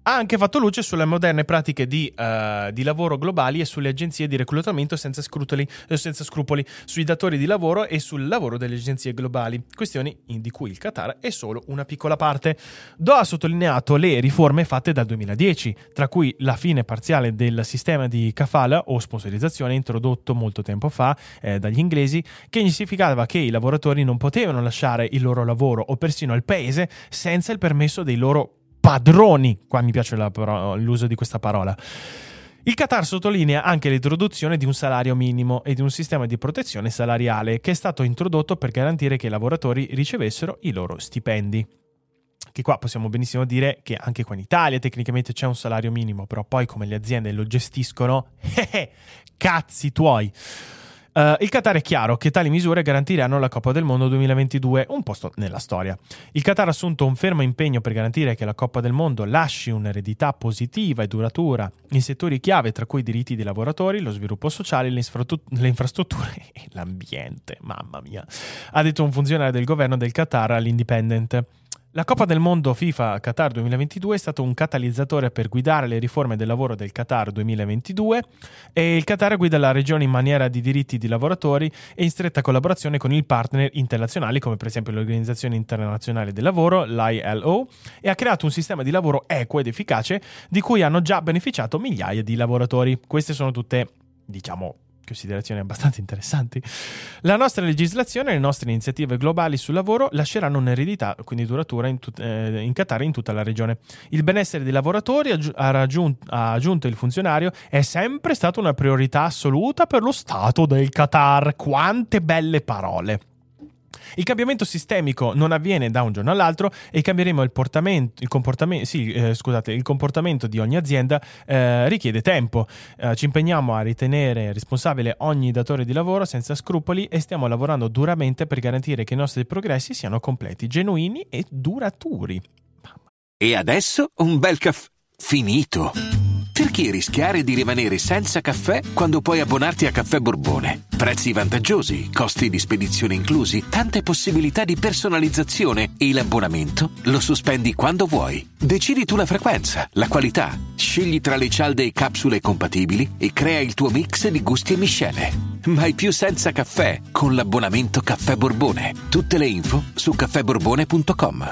ha anche fatto luce sulle moderne pratiche di lavoro globali e sulle agenzie di reclutamento senza scrupoli, sui datori di lavoro e sul lavoro delle agenzie globali, questioni di cui il Qatar è solo una piccola parte. Doha ha sottolineato le riforme fatte dal 2010, tra cui la fine parziale del sistema di kafala o sponsorizzazione introdotto molto tempo fa dagli inglesi, che significava che i lavoratori non potevano lasciare il loro lavoro o persino il paese senza il permesso dei loro padroni. Qua mi piace l'uso di questa parola. Il Qatar sottolinea anche l'introduzione di un salario minimo e di un sistema di protezione salariale che è stato introdotto per garantire che i lavoratori ricevessero i loro stipendi. Che qua possiamo benissimo dire che anche qua in Italia tecnicamente c'è un salario minimo, però poi come le aziende lo gestiscono, cazzi tuoi. Il Qatar è chiaro che tali misure garantiranno la Coppa del Mondo 2022 un posto nella storia. Il Qatar ha assunto un fermo impegno per garantire che la Coppa del Mondo lasci un'eredità positiva e duratura in settori chiave, tra cui i diritti dei lavoratori, lo sviluppo sociale, le infrastrutture e l'ambiente. Mamma mia, ha detto un funzionario del governo del Qatar all'Independent. La Coppa del Mondo FIFA Qatar 2022 è stato un catalizzatore per guidare le riforme del lavoro del Qatar 2022 e il Qatar guida la regione in maniera di diritti di lavoratori e in stretta collaborazione con i partner internazionali come per esempio l'Organizzazione Internazionale del Lavoro, l'ILO, e ha creato un sistema di lavoro equo ed efficace di cui hanno già beneficiato migliaia di lavoratori. Queste sono tutte, diciamo, considerazioni abbastanza interessanti. La nostra legislazione e le nostre iniziative globali sul lavoro lasceranno un'eredità quindi duratura in Qatar e in tutta la regione. Il benessere dei lavoratori, ha aggiunto il funzionario, è sempre stata una priorità assoluta per lo Stato del Qatar. Quante belle parole! Il cambiamento sistemico non avviene da un giorno all'altro e cambieremo il comportamento di ogni azienda richiede tempo. Ci impegniamo a ritenere responsabile ogni datore di lavoro senza scrupoli e stiamo lavorando duramente per garantire che i nostri progressi siano completi, genuini e duraturi. E adesso un bel caffè finito. Perché rischiare di rimanere senza caffè quando puoi abbonarti a Caffè Borbone? Prezzi vantaggiosi, costi di spedizione inclusi, tante possibilità di personalizzazione e l'abbonamento lo sospendi quando vuoi. Decidi tu la frequenza, la qualità, scegli tra le cialde e capsule compatibili e crea il tuo mix di gusti e miscele. Mai più senza caffè con l'abbonamento Caffè Borbone. Tutte le info su caffèborbone.com.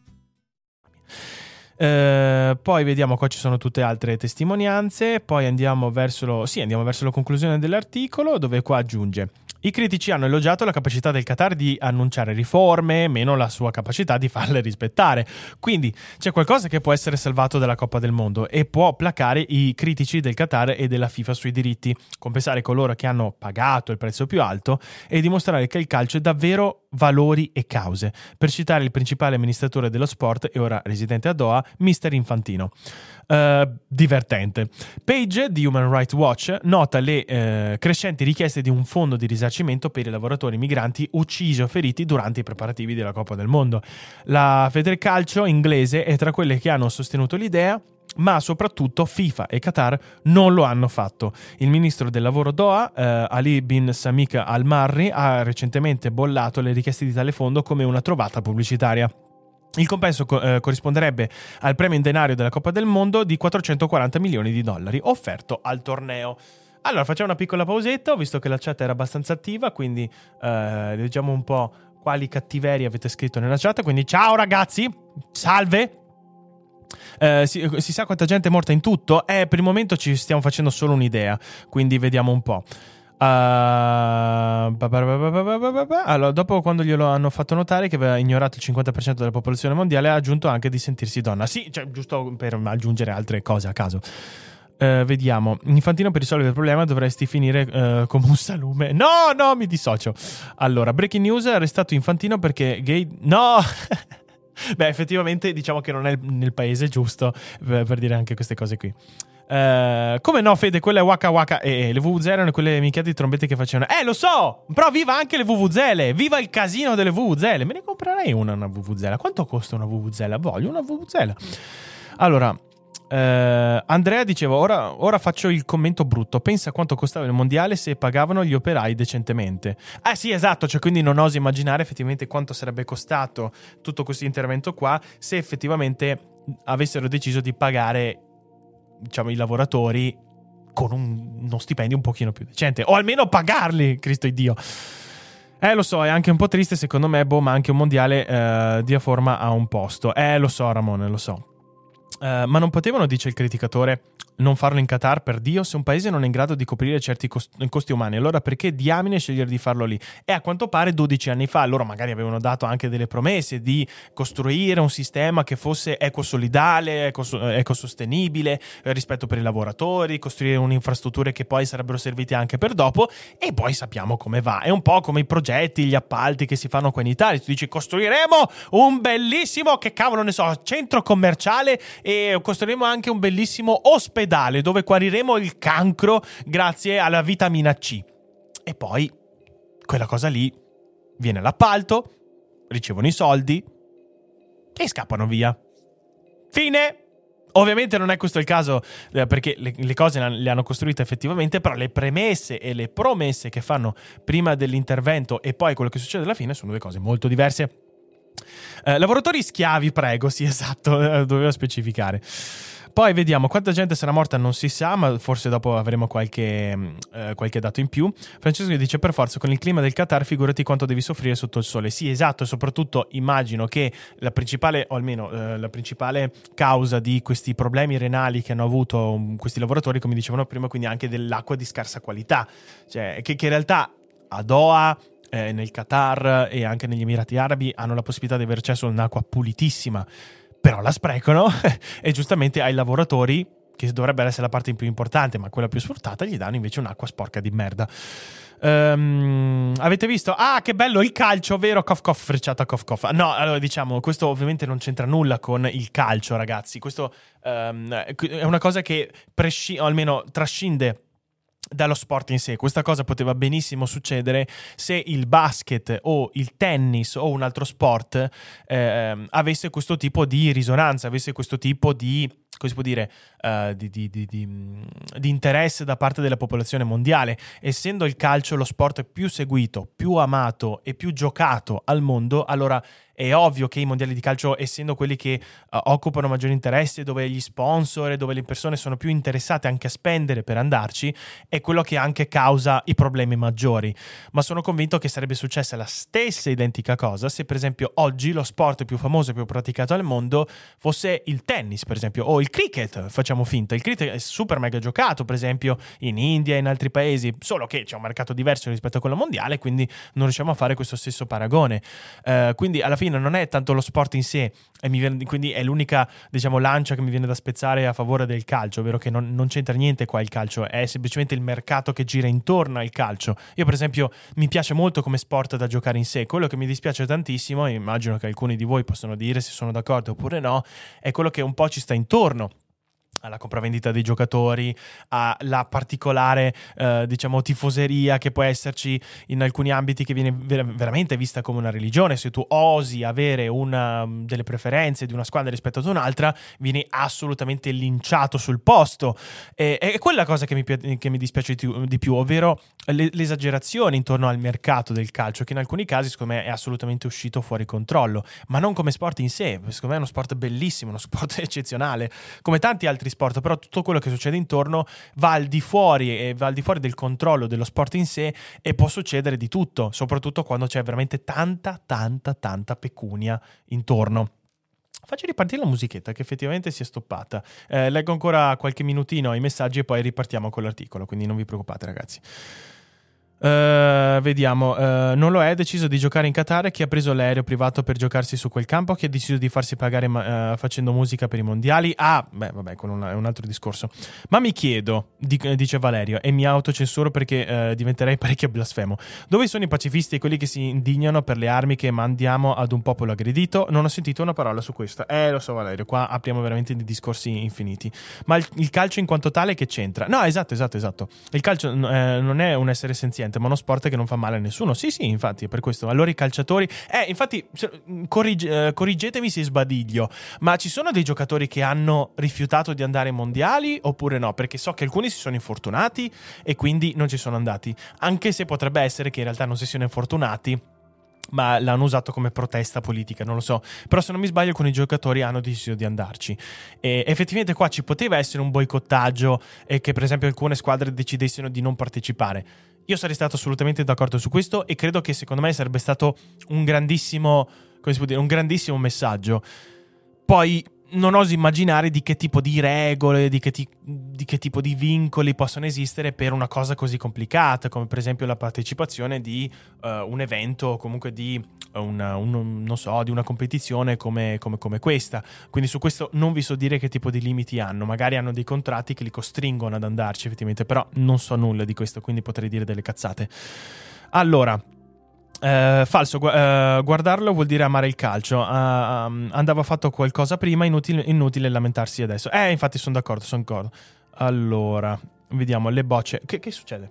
Poi vediamo, qua ci sono tutte altre testimonianze. Poi andiamo verso la conclusione dell'articolo, dove qua aggiunge: i critici hanno elogiato la capacità del Qatar di annunciare riforme, meno la sua capacità di farle rispettare. Quindi c'è qualcosa che può essere salvato dalla Coppa del Mondo e può placare i critici del Qatar e della FIFA sui diritti, compensare coloro che hanno pagato il prezzo più alto e dimostrare che il calcio è davvero valori e cause. Per citare il principale amministratore dello sport e ora residente a Doha, Mr. Infantino. Divertente. Page di Human Rights Watch nota le crescenti richieste di un fondo di risarcimento per i lavoratori migranti uccisi o feriti durante i preparativi della Coppa del Mondo. La Federcalcio inglese è tra quelle che hanno sostenuto l'idea, ma soprattutto FIFA e Qatar non lo hanno fatto. Il ministro del lavoro Doha, Ali bin Samik Al-Marri, ha recentemente bollato le richieste di tale fondo come una trovata pubblicitaria. Il compenso corrisponderebbe al premio in denaro della Coppa del Mondo di $440 milioni offerto al torneo. Allora, facciamo una piccola pausetta, ho visto che la chat era abbastanza attiva, quindi leggiamo un po' quali cattiverie avete scritto nella chat. Quindi ciao ragazzi, salve! Si sa quanta gente è morta in tutto? Per il momento ci stiamo facendo solo un'idea, quindi vediamo un po'. Allora, dopo, quando glielo hanno fatto notare che aveva ignorato il 50% della popolazione mondiale, ha aggiunto anche di sentirsi donna. Sì, cioè, giusto per aggiungere altre cose a caso. Vediamo. Infantino, per risolvere il problema dovresti finire come un salume. No, mi dissocio. Allora, breaking news: arrestato Infantino perché gay. No. Beh, effettivamente diciamo che non è nel paese giusto per dire anche queste cose qui. Come no, Fede, quella è Waka Waka e le VVZ erano quelle minchiate di trombette che facevano. Lo so, però viva anche le VVZ, viva il casino delle VVZ. Me ne comprerei una VVZ. Quanto costa una VVZ? Voglio una VVZ. Allora, Andrea diceva: ora faccio il commento brutto. Pensa quanto costava il mondiale se pagavano gli operai decentemente. Sì, esatto, cioè quindi non oso immaginare effettivamente quanto sarebbe costato tutto questo intervento qua se effettivamente avessero deciso di pagare, diciamo, i lavoratori con uno stipendio un pochino più decente, o almeno pagarli, Cristo Dio. Lo so, è anche un po' triste secondo me, ma anche un mondiale dia forma a un posto. Lo so, Ramone, lo so. Ma non potevano, dice il criticatore, non farlo in Qatar, per Dio? Se un paese non è in grado di coprire certi costi umani, allora perché diamine scegliere di farlo lì? E a quanto pare 12 anni fa loro magari avevano dato anche delle promesse di costruire un sistema che fosse ecosolidale, ecosostenibile, rispetto per i lavoratori, costruire un'infrastrutture che poi sarebbero servite anche per dopo, e poi sappiamo come va. È un po' come i progetti, gli appalti che si fanno qua in Italia. Tu dici costruiremo un bellissimo, che cavolo ne so, centro commerciale, e costruiremo anche un bellissimo ospedale dove guariremo il cancro grazie alla vitamina C. E poi quella cosa lì viene all'appalto, ricevono i soldi e scappano via. Fine. Ovviamente non è questo il caso, perché le cose le hanno costruite effettivamente, però le premesse e le promesse che fanno prima dell'intervento e poi quello che succede alla fine sono due cose molto diverse. Lavoratori schiavi, prego, sì, esatto, doveva specificare. Poi vediamo quanta gente sarà morta, non si sa, ma forse dopo avremo qualche dato in più. Francesco dice: per forza, con il clima del Qatar figurati quanto devi soffrire sotto il sole. Sì, esatto, e soprattutto immagino che la principale, o almeno la principale causa di questi problemi renali che hanno avuto questi lavoratori, come dicevano prima, quindi anche dell'acqua di scarsa qualità, cioè che in realtà a Doha, nel Qatar e anche negli Emirati Arabi hanno la possibilità di avere accesso a un'acqua pulitissima, però la sprecano e giustamente ai lavoratori, che dovrebbe essere la parte più importante ma quella più sfruttata, gli danno invece un'acqua sporca di merda. Avete visto? Ah, che bello il calcio, vero? Cof cof, frecciata cof cof. No, allora diciamo, questo ovviamente non c'entra nulla con il calcio, ragazzi. Questo è una cosa che o almeno trascende dallo sport in sé. Questa cosa poteva benissimo succedere se il basket o il tennis o un altro sport avesse questo tipo di risonanza, avesse questo tipo di, come si può dire, di interesse da parte della popolazione mondiale. Essendo il calcio lo sport più seguito, più amato e più giocato al mondo, allora è ovvio che i mondiali di calcio, essendo quelli che occupano maggiore interesse, dove gli sponsor e dove le persone sono più interessate anche a spendere per andarci, è quello che anche causa i problemi maggiori. Ma sono convinto che sarebbe successa la stessa identica cosa se per esempio oggi lo sport più famoso e più praticato al mondo fosse il tennis, per esempio, o il cricket. Facciamo finta, il cricket è super mega giocato per esempio in India e in altri paesi, solo che c'è un mercato diverso rispetto a quello mondiale, quindi non riusciamo a fare questo stesso paragone. Quindi alla fine non è tanto lo sport in sé, quindi è l'unica, diciamo, lancia che mi viene da spezzare a favore del calcio, ovvero che non c'entra niente qua il calcio, è semplicemente il mercato che gira intorno al calcio. Io per esempio mi piace molto come sport da giocare in sé. Quello che mi dispiace tantissimo, e immagino che alcuni di voi possono dire se sono d'accordo oppure no, è quello che un po' ci sta intorno alla compravendita dei giocatori, alla particolare diciamo tifoseria che può esserci in alcuni ambiti, che viene veramente vista come una religione. Se tu osi avere delle preferenze di una squadra rispetto ad un'altra, vieni assolutamente linciato sul posto. È quella cosa che mi dispiace di più, ovvero l'esagerazione intorno al mercato del calcio, che in alcuni casi secondo me è assolutamente uscito fuori controllo, ma non come sport in sé. Secondo me è uno sport bellissimo, uno sport eccezionale, come tanti altri sport, però tutto quello che succede intorno va al di fuori del controllo dello sport in sé, e può succedere di tutto, soprattutto quando c'è veramente tanta pecunia intorno. Faccio ripartire la musichetta che effettivamente si è stoppata. Leggo ancora qualche minutino i messaggi e poi ripartiamo con l'articolo, quindi non vi preoccupate, ragazzi. Vediamo, non lo è, deciso di giocare in Qatar chi ha preso l'aereo privato per giocarsi su quel campo, chi ha deciso di farsi pagare facendo musica per i mondiali. Con un altro discorso. Ma mi chiedo, dice Valerio, e mi autocensuro perché diventerei parecchio blasfemo, dove sono i pacifisti e quelli che si indignano per le armi che mandiamo ad un popolo aggredito? Non ho sentito una parola su questo. Lo so, Valerio, qua apriamo veramente dei discorsi infiniti. Ma il calcio in quanto tale che c'entra? No, esatto. Il calcio non è un essere senziente, ma uno sport che non fa male a nessuno. Sì, infatti è per questo. Allora i calciatori, infatti corrigetemi se sbadiglio, ma ci sono dei giocatori che hanno rifiutato di andare ai mondiali oppure no? Perché so che alcuni si sono infortunati e quindi non ci sono andati, anche se potrebbe essere che in realtà non si siano infortunati ma l'hanno usato come protesta politica, non lo so. Però se non mi sbaglio alcuni giocatori hanno deciso di andarci, e effettivamente qua ci poteva essere un boicottaggio e che per esempio alcune squadre decidessero di non partecipare. Io sarei stato assolutamente d'accordo su questo, e credo che secondo me sarebbe stato un grandissimo, come si può dire, un grandissimo messaggio. Poi non oso immaginare di che tipo di regole, di che tipo di vincoli possono esistere per una cosa così complicata, come per esempio la partecipazione di un evento, o comunque di non so, di una competizione come questa. Quindi su questo non vi so dire che tipo di limiti hanno. Magari hanno dei contratti che li costringono ad andarci effettivamente, però non so nulla di questo, quindi potrei dire delle cazzate. Allora, falso, guardarlo vuol dire amare il calcio. Andava fatto qualcosa prima, inutile lamentarsi adesso. Infatti sono d'accordo. Allora, vediamo le bocce. Che succede?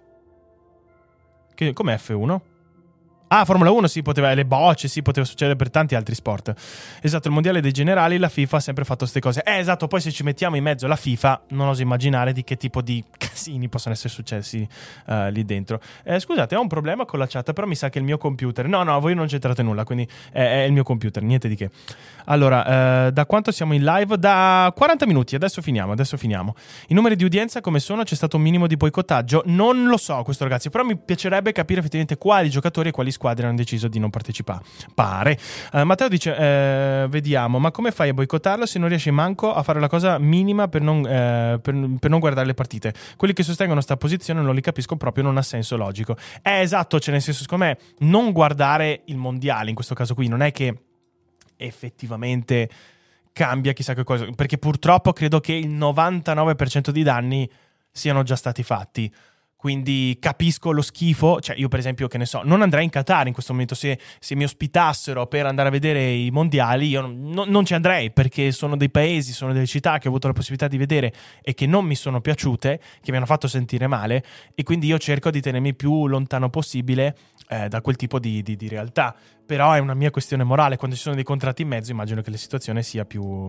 Com'è F1? Formula 1 sì, le bocce, sì, poteva succedere per tanti altri sport. Esatto, il mondiale dei generali, la FIFA ha sempre fatto queste cose. Esatto, poi se ci mettiamo in mezzo la FIFA, non oso immaginare di che tipo di casini possono essere successi lì dentro. Scusate, ho un problema con la chat, però mi sa che il mio computer... No, voi non c'entrate nulla, quindi è il mio computer, niente di che. Allora, da quanto siamo in live? Da 40 minuti, adesso finiamo. I numeri di udienza come sono? C'è stato un minimo di boicottaggio? Non lo so questo, ragazzi, però mi piacerebbe capire effettivamente quali giocatori e quali squadre hanno deciso di non partecipare. Pare. Matteo dice, vediamo, ma come fai a boicottarlo se non riesci manco a fare la cosa minima per non guardare le partite? Quelli che sostengono sta posizione non li capisco proprio, non ha senso logico. Esatto, cioè nel senso, secondo me, non guardare il mondiale in questo caso qui non è che effettivamente cambia chissà che cosa, perché purtroppo credo che il 99% di danni siano già stati fatti. Quindi capisco lo schifo. Cioè io per esempio, che ne so, non andrei in Qatar in questo momento. Se mi ospitassero per andare a vedere i mondiali, io non ci andrei, perché sono dei paesi, sono delle città che ho avuto la possibilità di vedere e che non mi sono piaciute, che mi hanno fatto sentire male, e quindi io cerco di tenermi più lontano possibile da quel tipo di realtà. Però è una mia questione morale. Quando ci sono dei contratti in mezzo, immagino che la situazione sia più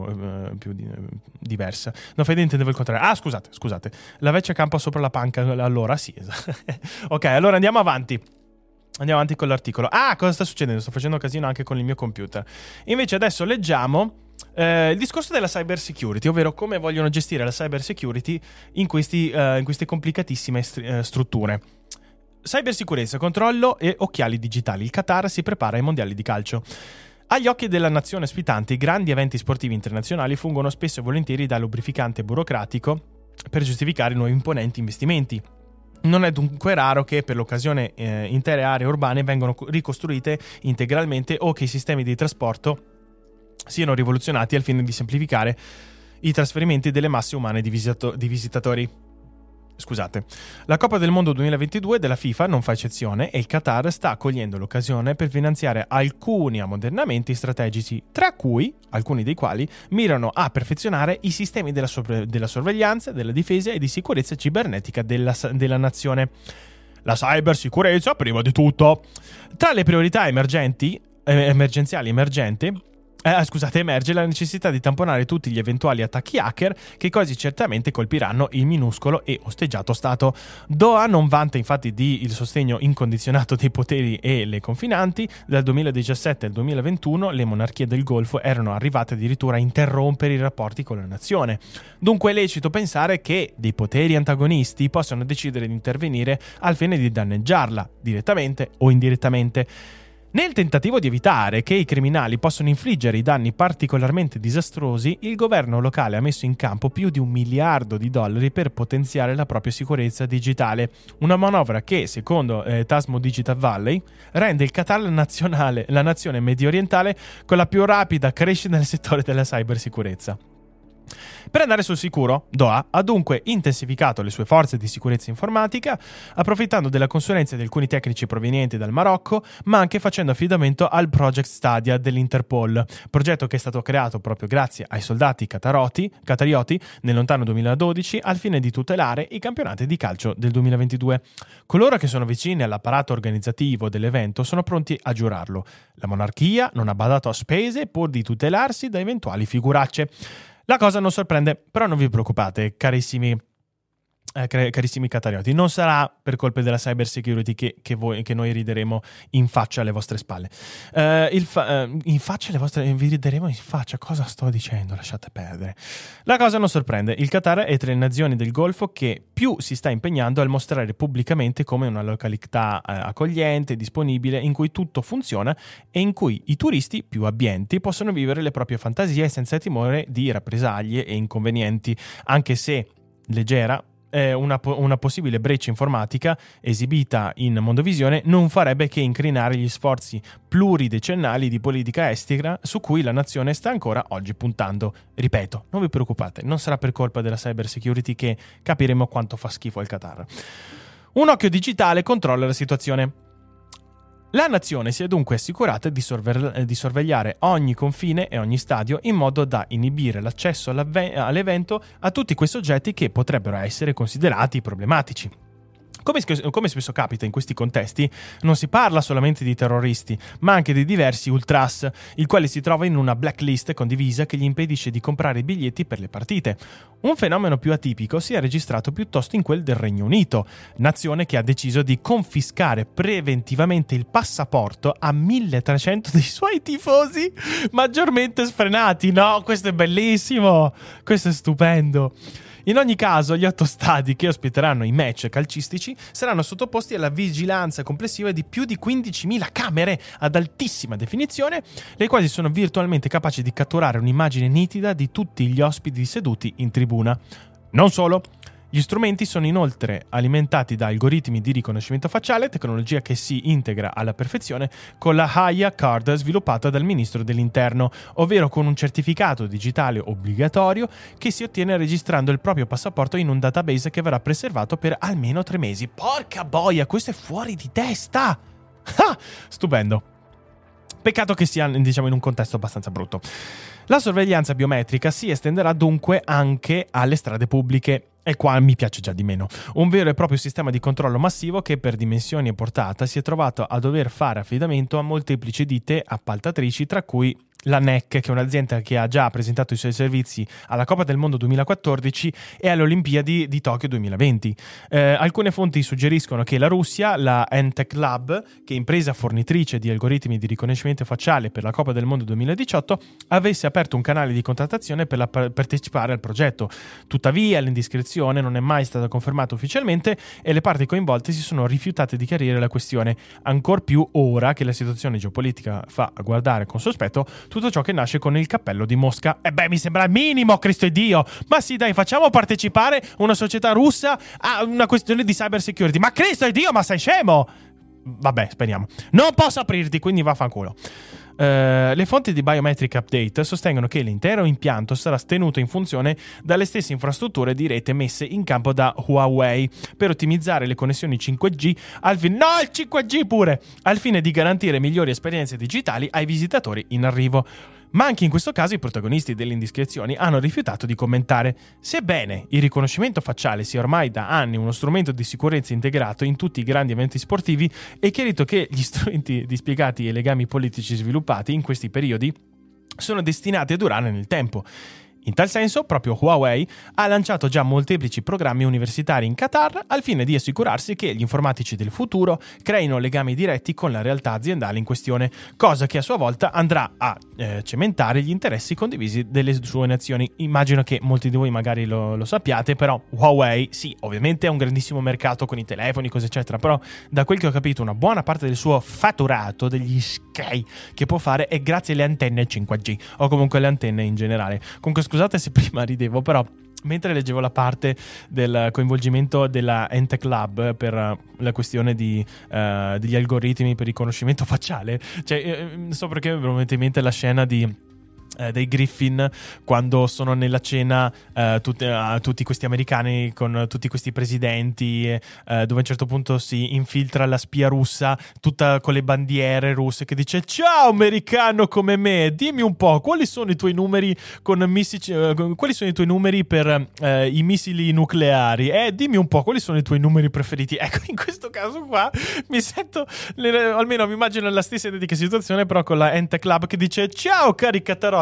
diversa. No, Fede intendeva il contrario. Scusate. La vecchia campa sopra la panca. Allora, sì, esatto. Ok, allora andiamo avanti con l'articolo. Cosa sta succedendo? Sto facendo casino anche con il mio computer. Invece adesso leggiamo il discorso della cyber security, ovvero come vogliono gestire la cyber security in queste complicatissime strutture. Cybersicurezza, controllo e occhiali digitali. Il Qatar si prepara ai mondiali di calcio. Agli occhi della nazione ospitante, i grandi eventi sportivi internazionali fungono spesso e volentieri da lubrificante burocratico per giustificare nuovi imponenti investimenti. Non è dunque raro che per l'occasione intere aree urbane vengano ricostruite integralmente, o che i sistemi di trasporto siano rivoluzionati al fine di semplificare i trasferimenti delle masse umane di visitatori. Scusate. La Coppa del Mondo 2022 della FIFA non fa eccezione, e il Qatar sta cogliendo l'occasione per finanziare alcuni ammodernamenti strategici, tra cui alcuni dei quali mirano a perfezionare i sistemi della sorveglianza, della difesa e di sicurezza cibernetica della nazione. La cybersicurezza prima di tutto. Tra le priorità emergenziali emerge la necessità di tamponare tutti gli eventuali attacchi hacker, che quasi certamente colpiranno il minuscolo e osteggiato Stato. Doha non vanta infatti il sostegno incondizionato dei poteri e le confinanti. Dal 2017 al 2021 le monarchie del Golfo erano arrivate addirittura a interrompere i rapporti con la nazione. Dunque è lecito pensare che dei poteri antagonisti possano decidere di intervenire al fine di danneggiarla, direttamente o indirettamente. Nel tentativo di evitare che i criminali possano infliggere i danni particolarmente disastrosi, il governo locale ha messo in campo più di $1 miliardo per potenziare la propria sicurezza digitale. Una manovra che, secondo Tasmo Digital Valley, rende il Qatar la nazione medio orientale con la più rapida crescita nel settore della cybersicurezza. Per andare sul sicuro, Doha ha dunque intensificato le sue forze di sicurezza informatica, approfittando della consulenza di alcuni tecnici provenienti dal Marocco, ma anche facendo affidamento al Project Stadia dell'Interpol, progetto che è stato creato proprio grazie ai soldati qatarioti nel lontano 2012 al fine di tutelare i campionati di calcio del 2022. Coloro che sono vicini all'apparato organizzativo dell'evento sono pronti a giurarlo. La monarchia non ha badato a spese pur di tutelarsi da eventuali figuracce. La cosa non sorprende, però non vi preoccupate, carissimi carissimi qatarioti, non sarà per colpe della cyber security che noi rideremo in faccia alle vostre spalle. In faccia alle vostre, vi rideremo in faccia, cosa sto dicendo? Lasciate perdere. La cosa non sorprende, il Qatar è tra le nazioni del Golfo che più si sta impegnando a mostrare pubblicamente come una località accogliente, disponibile, in cui tutto funziona e in cui i turisti più abbienti possono vivere le proprie fantasie senza timore di rappresaglie e inconvenienti, anche se leggera. Una possibile breccia informatica esibita in Mondovisione non farebbe che incrinare gli sforzi pluridecennali di politica estera su cui la nazione sta ancora oggi puntando. Ripeto, non vi preoccupate, non sarà per colpa della cyber security che capiremo quanto fa schifo il Qatar. Un occhio digitale controlla la situazione. La nazione si è dunque assicurata di sorvegliare ogni confine e ogni stadio in modo da inibire l'accesso all'evento a tutti quei soggetti che potrebbero essere considerati problematici. Come spesso capita in questi contesti, non si parla solamente di terroristi, ma anche di diversi ultras, il quale si trova in una blacklist condivisa che gli impedisce di comprare i biglietti per le partite. Un fenomeno più atipico si è registrato piuttosto in quel del Regno Unito, nazione che ha deciso di confiscare preventivamente il passaporto a 1.300 dei suoi tifosi maggiormente sfrenati. No, questo è bellissimo, questo è stupendo. In ogni caso, gli 8 stadi che ospiteranno i match calcistici saranno sottoposti alla vigilanza complessiva di più di 15.000 camere ad altissima definizione, le quali sono virtualmente capaci di catturare un'immagine nitida di tutti gli ospiti seduti in tribuna. Non solo. Gli strumenti sono inoltre alimentati da algoritmi di riconoscimento facciale, tecnologia che si integra alla perfezione con la Haya Card sviluppata dal ministro dell'Interno, ovvero con un certificato digitale obbligatorio che si ottiene registrando il proprio passaporto in un database che verrà preservato per almeno 3 mesi. Porca boia, questo è fuori di testa! Ah, stupendo. Peccato che sia, diciamo, in un contesto abbastanza brutto. La sorveglianza biometrica si estenderà dunque anche alle strade pubbliche. E qua mi piace già di meno. Un vero e proprio sistema di controllo massivo che per dimensioni e portata si è trovato a dover fare affidamento a molteplici ditte appaltatrici, tra cui la NEC, che è un'azienda che ha già presentato i suoi servizi alla Coppa del Mondo 2014 e alle Olimpiadi di Tokyo 2020. Alcune fonti suggeriscono che la Russia, la Entech Lab, che è impresa fornitrice di algoritmi di riconoscimento facciale per la Coppa del Mondo 2018, avesse aperto un canale di contrattazione per partecipare al progetto. Tuttavia l'indiscrezione non è mai stata confermata ufficialmente e le parti coinvolte si sono rifiutate di chiarire la questione, ancor più ora che la situazione geopolitica fa guardare con sospetto tutto ciò che nasce con il cappello di Mosca. E beh, mi sembra il minimo, Cristo e Dio. Ma sì, dai, facciamo partecipare una società russa a una questione di cyber security. Ma Cristo e Dio, ma sei scemo? Vabbè, speriamo. Non posso aprirti, quindi vaffanculo. Le fonti di Biometric Update sostengono che l'intero impianto sarà tenuto in funzione dalle stesse infrastrutture di rete messe in campo da Huawei per ottimizzare le connessioni 5G il 5G pure, al fine di garantire migliori esperienze digitali ai visitatori in arrivo. Ma anche in questo caso i protagonisti delle indiscrezioni hanno rifiutato di commentare. Sebbene il riconoscimento facciale sia ormai da anni uno strumento di sicurezza integrato in tutti i grandi eventi sportivi, è chiarito che gli strumenti dispiegati e i legami politici sviluppati in questi periodi sono destinati a durare nel tempo. In tal senso, proprio Huawei ha lanciato già molteplici programmi universitari in Qatar al fine di assicurarsi che gli informatici del futuro creino legami diretti con la realtà aziendale in questione, cosa che a sua volta andrà a cementare gli interessi condivisi delle sue nazioni. Immagino che molti di voi magari lo sappiate, però Huawei, sì, ovviamente è un grandissimo mercato con i telefoni, cose eccetera, però da quel che ho capito una buona parte del suo fatturato, degli sky che può fare, è grazie alle antenne 5G, o comunque alle antenne in generale. Comunque scusate se prima ridevo, però mentre leggevo la parte del coinvolgimento della Entech Lab per la questione degli algoritmi per riconoscimento facciale, cioè so perché mi è venuta in mente la scena dei Griffin quando sono nella cena tutti questi americani con tutti questi presidenti dove a un certo punto si infiltra la spia russa tutta con le bandiere russe che dice: ciao americano come me, dimmi un po' quali sono i tuoi numeri con quali sono i tuoi numeri per i missili nucleari, dimmi un po' quali sono i tuoi numeri preferiti. Ecco, in questo caso qua mi sento almeno mi immagino la stessa identica situazione, però con la Entech Lab che dice: ciao cari Qatarotti,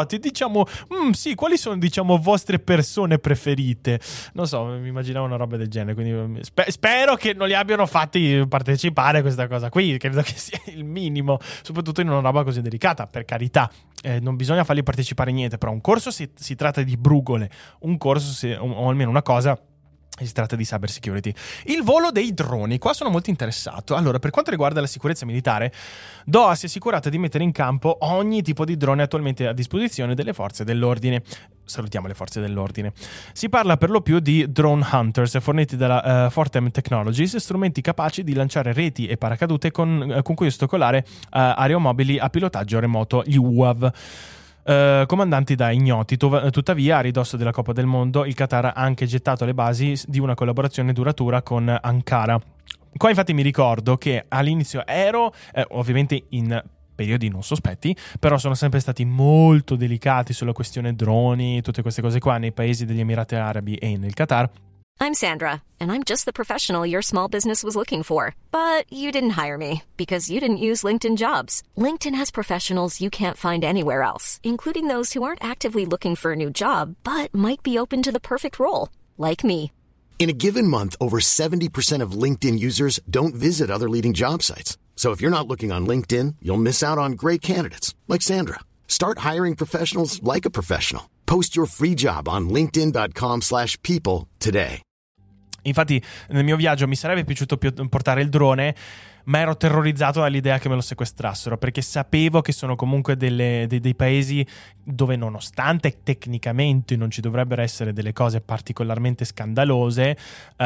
idioti, diciamo, sì, quali sono, diciamo, vostre persone preferite? Non so, mi immaginavo una roba del genere, quindi spero che non li abbiano fatti partecipare a questa cosa qui, credo che sia il minimo, soprattutto in una roba così delicata, per carità. Non bisogna farli partecipare a niente, però un corso si tratta di brugole, un corso o almeno una cosa, si tratta di cyber security. Il volo dei droni, qua sono molto interessato. Allora, per quanto riguarda la sicurezza militare, DOA si è assicurata di mettere in campo ogni tipo di drone attualmente a disposizione delle forze dell'ordine. Salutiamo le forze dell'ordine. Si parla per lo più di drone hunters forniti dalla Fortem Technologies, strumenti capaci di lanciare reti e paracadute con cui ostacolare aeromobili a pilotaggio remoto, gli UAV. Comandanti da ignoti. Tuttavia, a ridosso della Coppa del Mondo, il Qatar ha anche gettato le basi di una collaborazione duratura con Ankara. Qua infatti mi ricordo che all'inizio ero ovviamente in periodi non sospetti, però sono sempre stati molto delicati sulla questione droni, tutte queste cose qua nei paesi degli Emirati Arabi e nel Qatar. I'm Sandra, and I'm just the professional your small business was looking for. But you didn't hire me, because you didn't use LinkedIn Jobs. LinkedIn has professionals you can't find anywhere else, including those who aren't actively looking for a new job, but might be open to the perfect role, like me. In a given month, over 70% of LinkedIn users don't visit other leading job sites. So if you're not looking on LinkedIn, you'll miss out on great candidates, like Sandra. Start hiring professionals like a professional. Post your free job on linkedin.com/people today. Infatti nel mio viaggio mi sarebbe piaciuto portare il drone, ma ero terrorizzato dall'idea che me lo sequestrassero, perché sapevo che sono comunque dei paesi dove, nonostante tecnicamente non ci dovrebbero essere delle cose particolarmente scandalose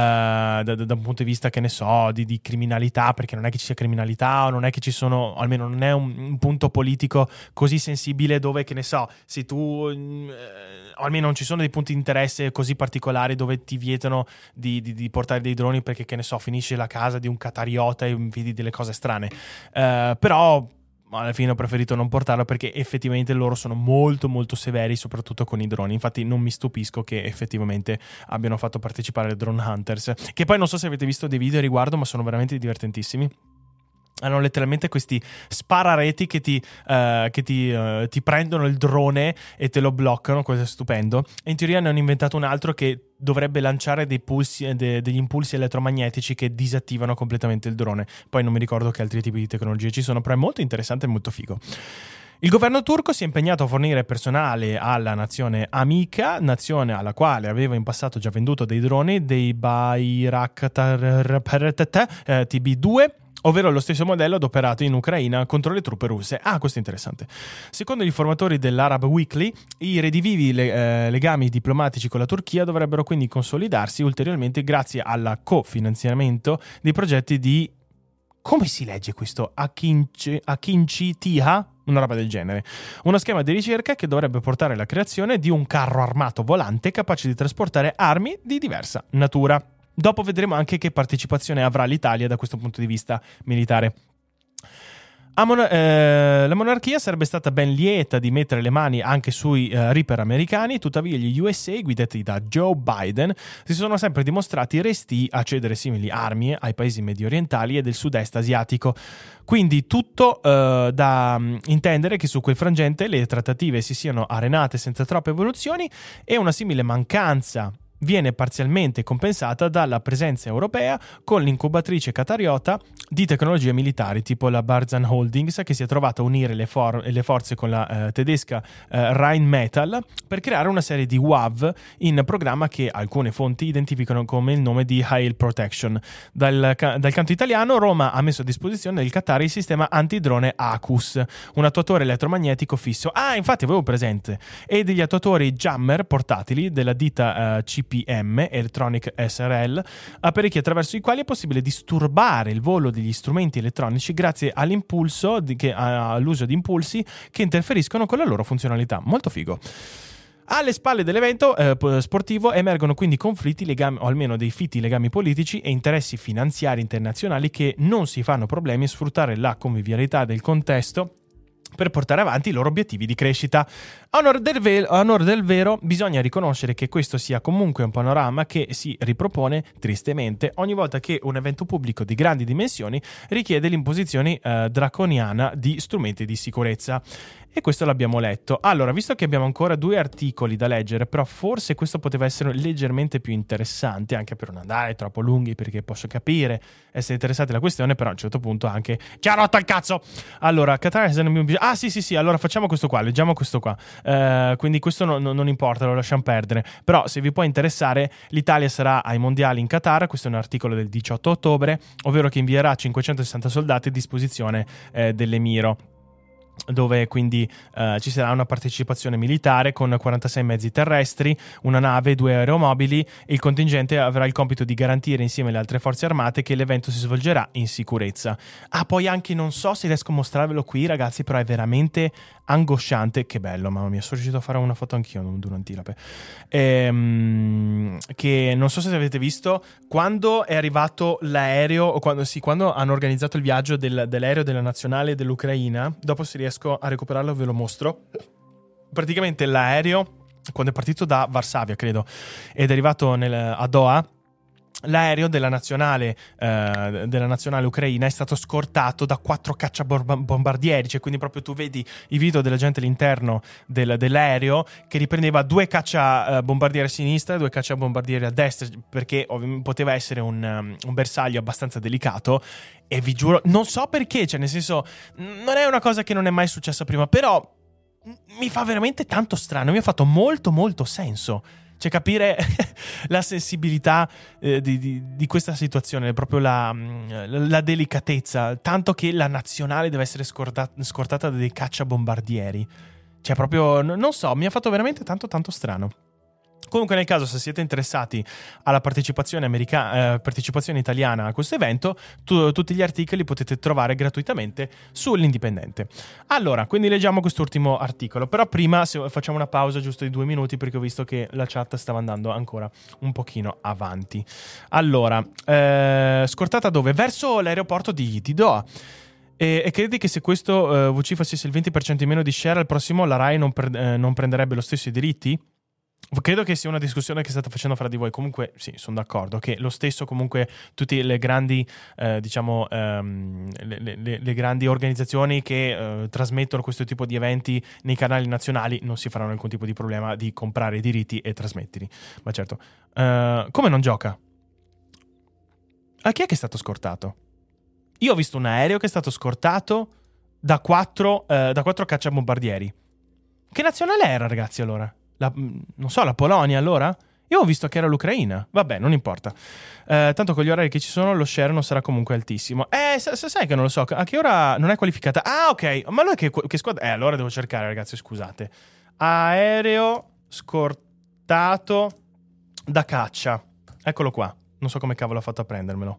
da un punto di vista, che ne so, di criminalità, perché non è che ci sia criminalità, o non è che ci sono, almeno non è un punto politico così sensibile dove, che ne so, se tu o almeno non ci sono dei punti di interesse così particolari dove ti vietano di portare dei droni, perché, che ne so, finisci la casa di un qatariota e vedi delle cose strane, però alla fine ho preferito non portarlo, perché effettivamente loro sono molto molto severi, soprattutto con i droni. Infatti non mi stupisco che effettivamente abbiano fatto partecipare le drone hunters, che poi non so se avete visto dei video a riguardo, ma sono veramente divertentissimi. Hanno letteralmente questi sparareti che ti prendono il drone e te lo bloccano, questo è stupendo. E in teoria ne hanno inventato un altro che dovrebbe lanciare degli impulsi elettromagnetici che disattivano completamente il drone. Poi non mi ricordo che altri tipi di tecnologie ci sono, però è molto interessante e molto figo. Il governo turco si è impegnato a fornire personale alla nazione amica, nazione alla quale aveva in passato già venduto dei droni, dei Bayraktar TB2, ovvero lo stesso modello adoperato in Ucraina contro le truppe russe. Questo è interessante. Secondo gli informatori dell'Arab Weekly, i redivivi legami diplomatici con la Turchia dovrebbero quindi consolidarsi ulteriormente grazie al cofinanziamento dei progetti di... come si legge questo? Akinci Tiha? Una roba del genere. Uno schema di ricerca che dovrebbe portare alla creazione di un carro armato volante capace di trasportare armi di diversa natura. Dopo vedremo anche che partecipazione avrà l'Italia da questo punto di vista militare. La monarchia sarebbe stata ben lieta di mettere le mani anche sui Reaper americani, tuttavia gli USA, guidati da Joe Biden, si sono sempre dimostrati restii a cedere simili armi ai paesi mediorientali e del sud-est asiatico. Quindi tutto da intendere che su quel frangente le trattative si siano arenate senza troppe evoluzioni, e una simile mancanza viene parzialmente compensata dalla presenza europea con l'incubatrice qatariota di tecnologie militari tipo la Barzan Holdings, che si è trovata a unire le forze con la tedesca Rheinmetall per creare una serie di UAV in programma che alcune fonti identificano come il nome di Hail Protection. Dal canto italiano, Roma ha messo a disposizione del Qatar il sistema antidrone ACUS, un attuatore elettromagnetico fisso. Infatti avevo presente, e degli attuatori Jammer portatili della ditta CPM Electronic SRL, apparecchi attraverso i quali è possibile disturbare il volo degli strumenti elettronici grazie all'uso di impulsi che interferiscono con la loro funzionalità. Molto figo. Alle spalle dell'evento sportivo emergono quindi conflitti legami, o almeno dei fitti legami politici e interessi finanziari internazionali che non si fanno problemi a sfruttare la convivialità del contesto per portare avanti i loro obiettivi di crescita. A onor del vero, bisogna riconoscere che questo sia comunque un panorama che si ripropone tristemente ogni volta che un evento pubblico di grandi dimensioni richiede l'imposizione draconiana di strumenti di sicurezza. E questo l'abbiamo letto. Allora, visto che abbiamo ancora 2 articoli da leggere, però forse questo poteva essere leggermente più interessante, anche per non andare troppo lunghi, perché posso capire, essere interessati alla questione, però a un certo punto anche ci ha rotto il cazzo. Allora, Qatar sì, allora facciamo questo qua, leggiamo questo qua. Quindi questo non importa, lo lasciamo perdere. Però se vi può interessare, l'Italia sarà ai mondiali in Qatar, questo è un articolo del 18 ottobre, ovvero che invierà 560 soldati a disposizione dell'Emiro, dove quindi ci sarà una partecipazione militare con 46 mezzi terrestri, una nave, 2 aeromobili, e il contingente avrà il compito di garantire insieme alle altre forze armate che l'evento si svolgerà in sicurezza. Poi anche, non so se riesco a mostrarvelo qui ragazzi, però è veramente angosciante. Che bello, mamma mia, sono riuscito a fare una foto anch'io durante l'Antilope. Che non so se avete visto, quando è arrivato l'aereo, o quando hanno organizzato il viaggio dell'aereo della nazionale dell'Ucraina, dopo se riesco a recuperarlo ve lo mostro. Praticamente l'aereo, quando è partito da Varsavia credo ed è arrivato a Doha, l'aereo della nazionale ucraina è stato scortato da 4 cacciabombardieri, cioè quindi proprio tu vedi i video della gente all'interno dell'aereo che riprendeva 2 cacciabombardieri a sinistra e 2 cacciabombardieri a destra, perché poteva essere un bersaglio abbastanza delicato. E vi giuro, non so perché, cioè nel senso, non è una cosa che non è mai successa prima, però mi fa veramente tanto strano, mi ha fatto molto molto senso. Cioè capire la sensibilità di questa situazione, proprio la delicatezza, tanto che la nazionale deve essere scortata da dei cacciabombardieri. Cioè proprio, non so, mi ha fatto veramente tanto tanto strano. Comunque, nel caso, se siete interessati alla partecipazione italiana a questo evento, tutti gli articoli potete trovare gratuitamente sull'Indipendente. Allora, quindi leggiamo quest'ultimo articolo, però prima facciamo una pausa giusto di 2 minuti, perché ho visto che la chat stava andando ancora un pochino avanti. Allora, scortata dove? Verso l'aeroporto di Doha. E credi che se questo VC facesse il 20% in meno di share, al prossimo la Rai non prenderebbe lo stesso i diritti? Credo che sia una discussione che state facendo fra di voi. Comunque sì, sono d'accordo che lo stesso, comunque tutte le grandi le grandi organizzazioni che trasmettono questo tipo di eventi nei canali nazionali non si faranno alcun tipo di problema di comprare i diritti e trasmetterli. Ma certo, come non gioca? A chi è che è stato scortato? Io ho visto un aereo che è stato scortato da 4 cacciabombardieri. Che nazionale era, ragazzi, allora? Non so, la Polonia allora? Io ho visto che era l'Ucraina. Vabbè, non importa. Tanto con gli orari che ci sono lo share non sarà comunque altissimo. Sai che non lo so. A che ora non è qualificata? Ah, ok. Ma lui che squadra? Allora devo cercare, ragazzi, scusate. Aereo scortato da caccia. Eccolo qua. Non so come cavolo ha fatto a prendermelo.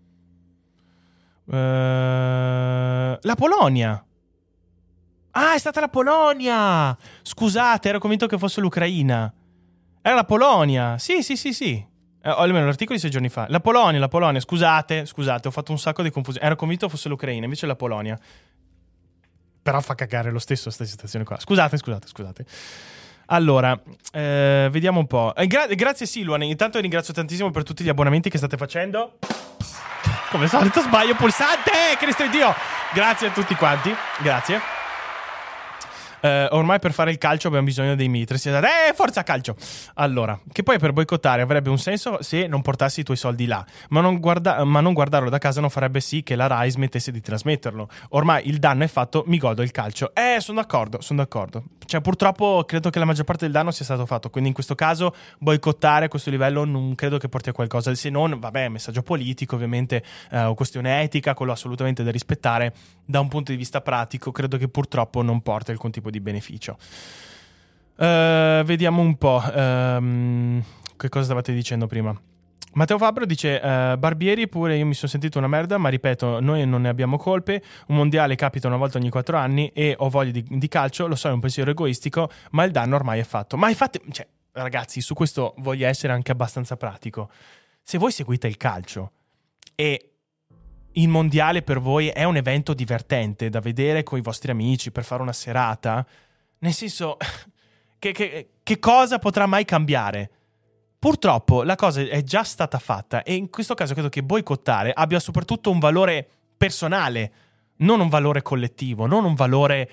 La Polonia. Ah, è stata la Polonia! Scusate, ero convinto che fosse l'Ucraina. Era la Polonia. Sì. Almeno l'articolo di 6 giorni fa. La Polonia. Scusate, ho fatto un sacco di confusione. Ero convinto fosse l'Ucraina, invece la Polonia. Però fa cagare lo stesso questa situazione qua. Scusate. Allora, vediamo un po'. Grazie Silvan, intanto ringrazio tantissimo per tutti gli abbonamenti che state facendo. Come al solito sbaglio pulsante! Cristo di Dio! Grazie a tutti quanti, grazie. Ormai per fare il calcio abbiamo bisogno dei mitri. Forza calcio! Allora, che poi per boicottare avrebbe un senso se non portassi i tuoi soldi là, ma non guardarlo da casa non farebbe sì che la Rai smettesse di trasmetterlo. Ormai il danno è fatto, mi godo il calcio. Sono d'accordo. Cioè, purtroppo credo che la maggior parte del danno sia stato fatto, quindi in questo caso boicottare a questo livello non credo che porti a qualcosa, se non, vabbè, messaggio politico ovviamente, o questione etica, quello assolutamente da rispettare. Da un punto di vista pratico credo che purtroppo non porta alcun tipo di beneficio. Vediamo un po', che cosa stavate dicendo prima. Matteo Fabbro dice Barbieri pure io mi sono sentito una merda, ma ripeto, noi non ne abbiamo colpe, un mondiale capita una volta ogni 4 anni e ho voglia di calcio, lo so, è un pensiero egoistico, ma il danno ormai è fatto. Ma infatti, cioè, ragazzi, su questo voglio essere anche abbastanza pratico. Se voi seguite il calcio e il mondiale per voi è un evento divertente da vedere con i vostri amici per fare una serata, nel senso, che cosa potrà mai cambiare? Purtroppo la cosa è già stata fatta e in questo caso credo che boicottare abbia soprattutto un valore personale, non un valore collettivo, non un valore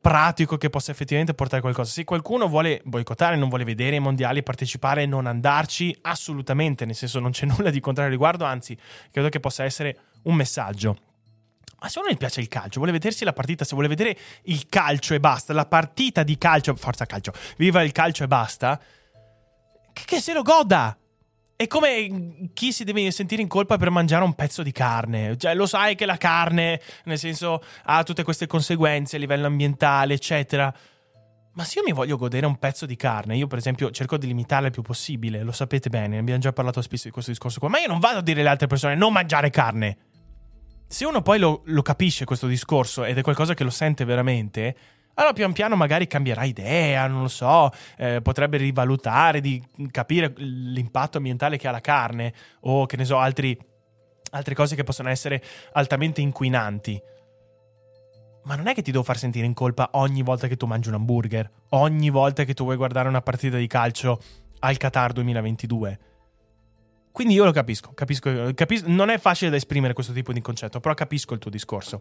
pratico che possa effettivamente portare qualcosa. Se qualcuno vuole boicottare, non vuole vedere i mondiali, partecipare, non andarci, assolutamente, nel senso non c'è nulla di contrario al riguardo, anzi credo che possa essere un messaggio. Ma se uno gli piace il calcio, vuole vedersi la partita, se vuole vedere il calcio e basta, la partita di calcio, forza calcio, viva il calcio e basta, che se lo goda. È come chi si deve sentire in colpa per mangiare un pezzo di carne. Cioè, lo sai che la carne, nel senso, ha tutte queste conseguenze a livello ambientale, eccetera. Ma se io mi voglio godere un pezzo di carne, io per esempio cerco di limitarla il più possibile, lo sapete bene, abbiamo già parlato spesso di questo discorso qua, ma io non vado a dire alle altre persone non mangiare carne. Se uno poi lo capisce questo discorso ed è qualcosa che lo sente veramente, allora pian piano magari cambierà idea, non lo so, potrebbe rivalutare, di capire l'impatto ambientale che ha la carne o che ne so, altre cose che possono essere altamente inquinanti. Ma non è che ti devo far sentire in colpa ogni volta che tu mangi un hamburger, ogni volta che tu vuoi guardare una partita di calcio al Qatar 2022. Quindi io lo capisco, non è facile da esprimere questo tipo di concetto, però capisco il tuo discorso.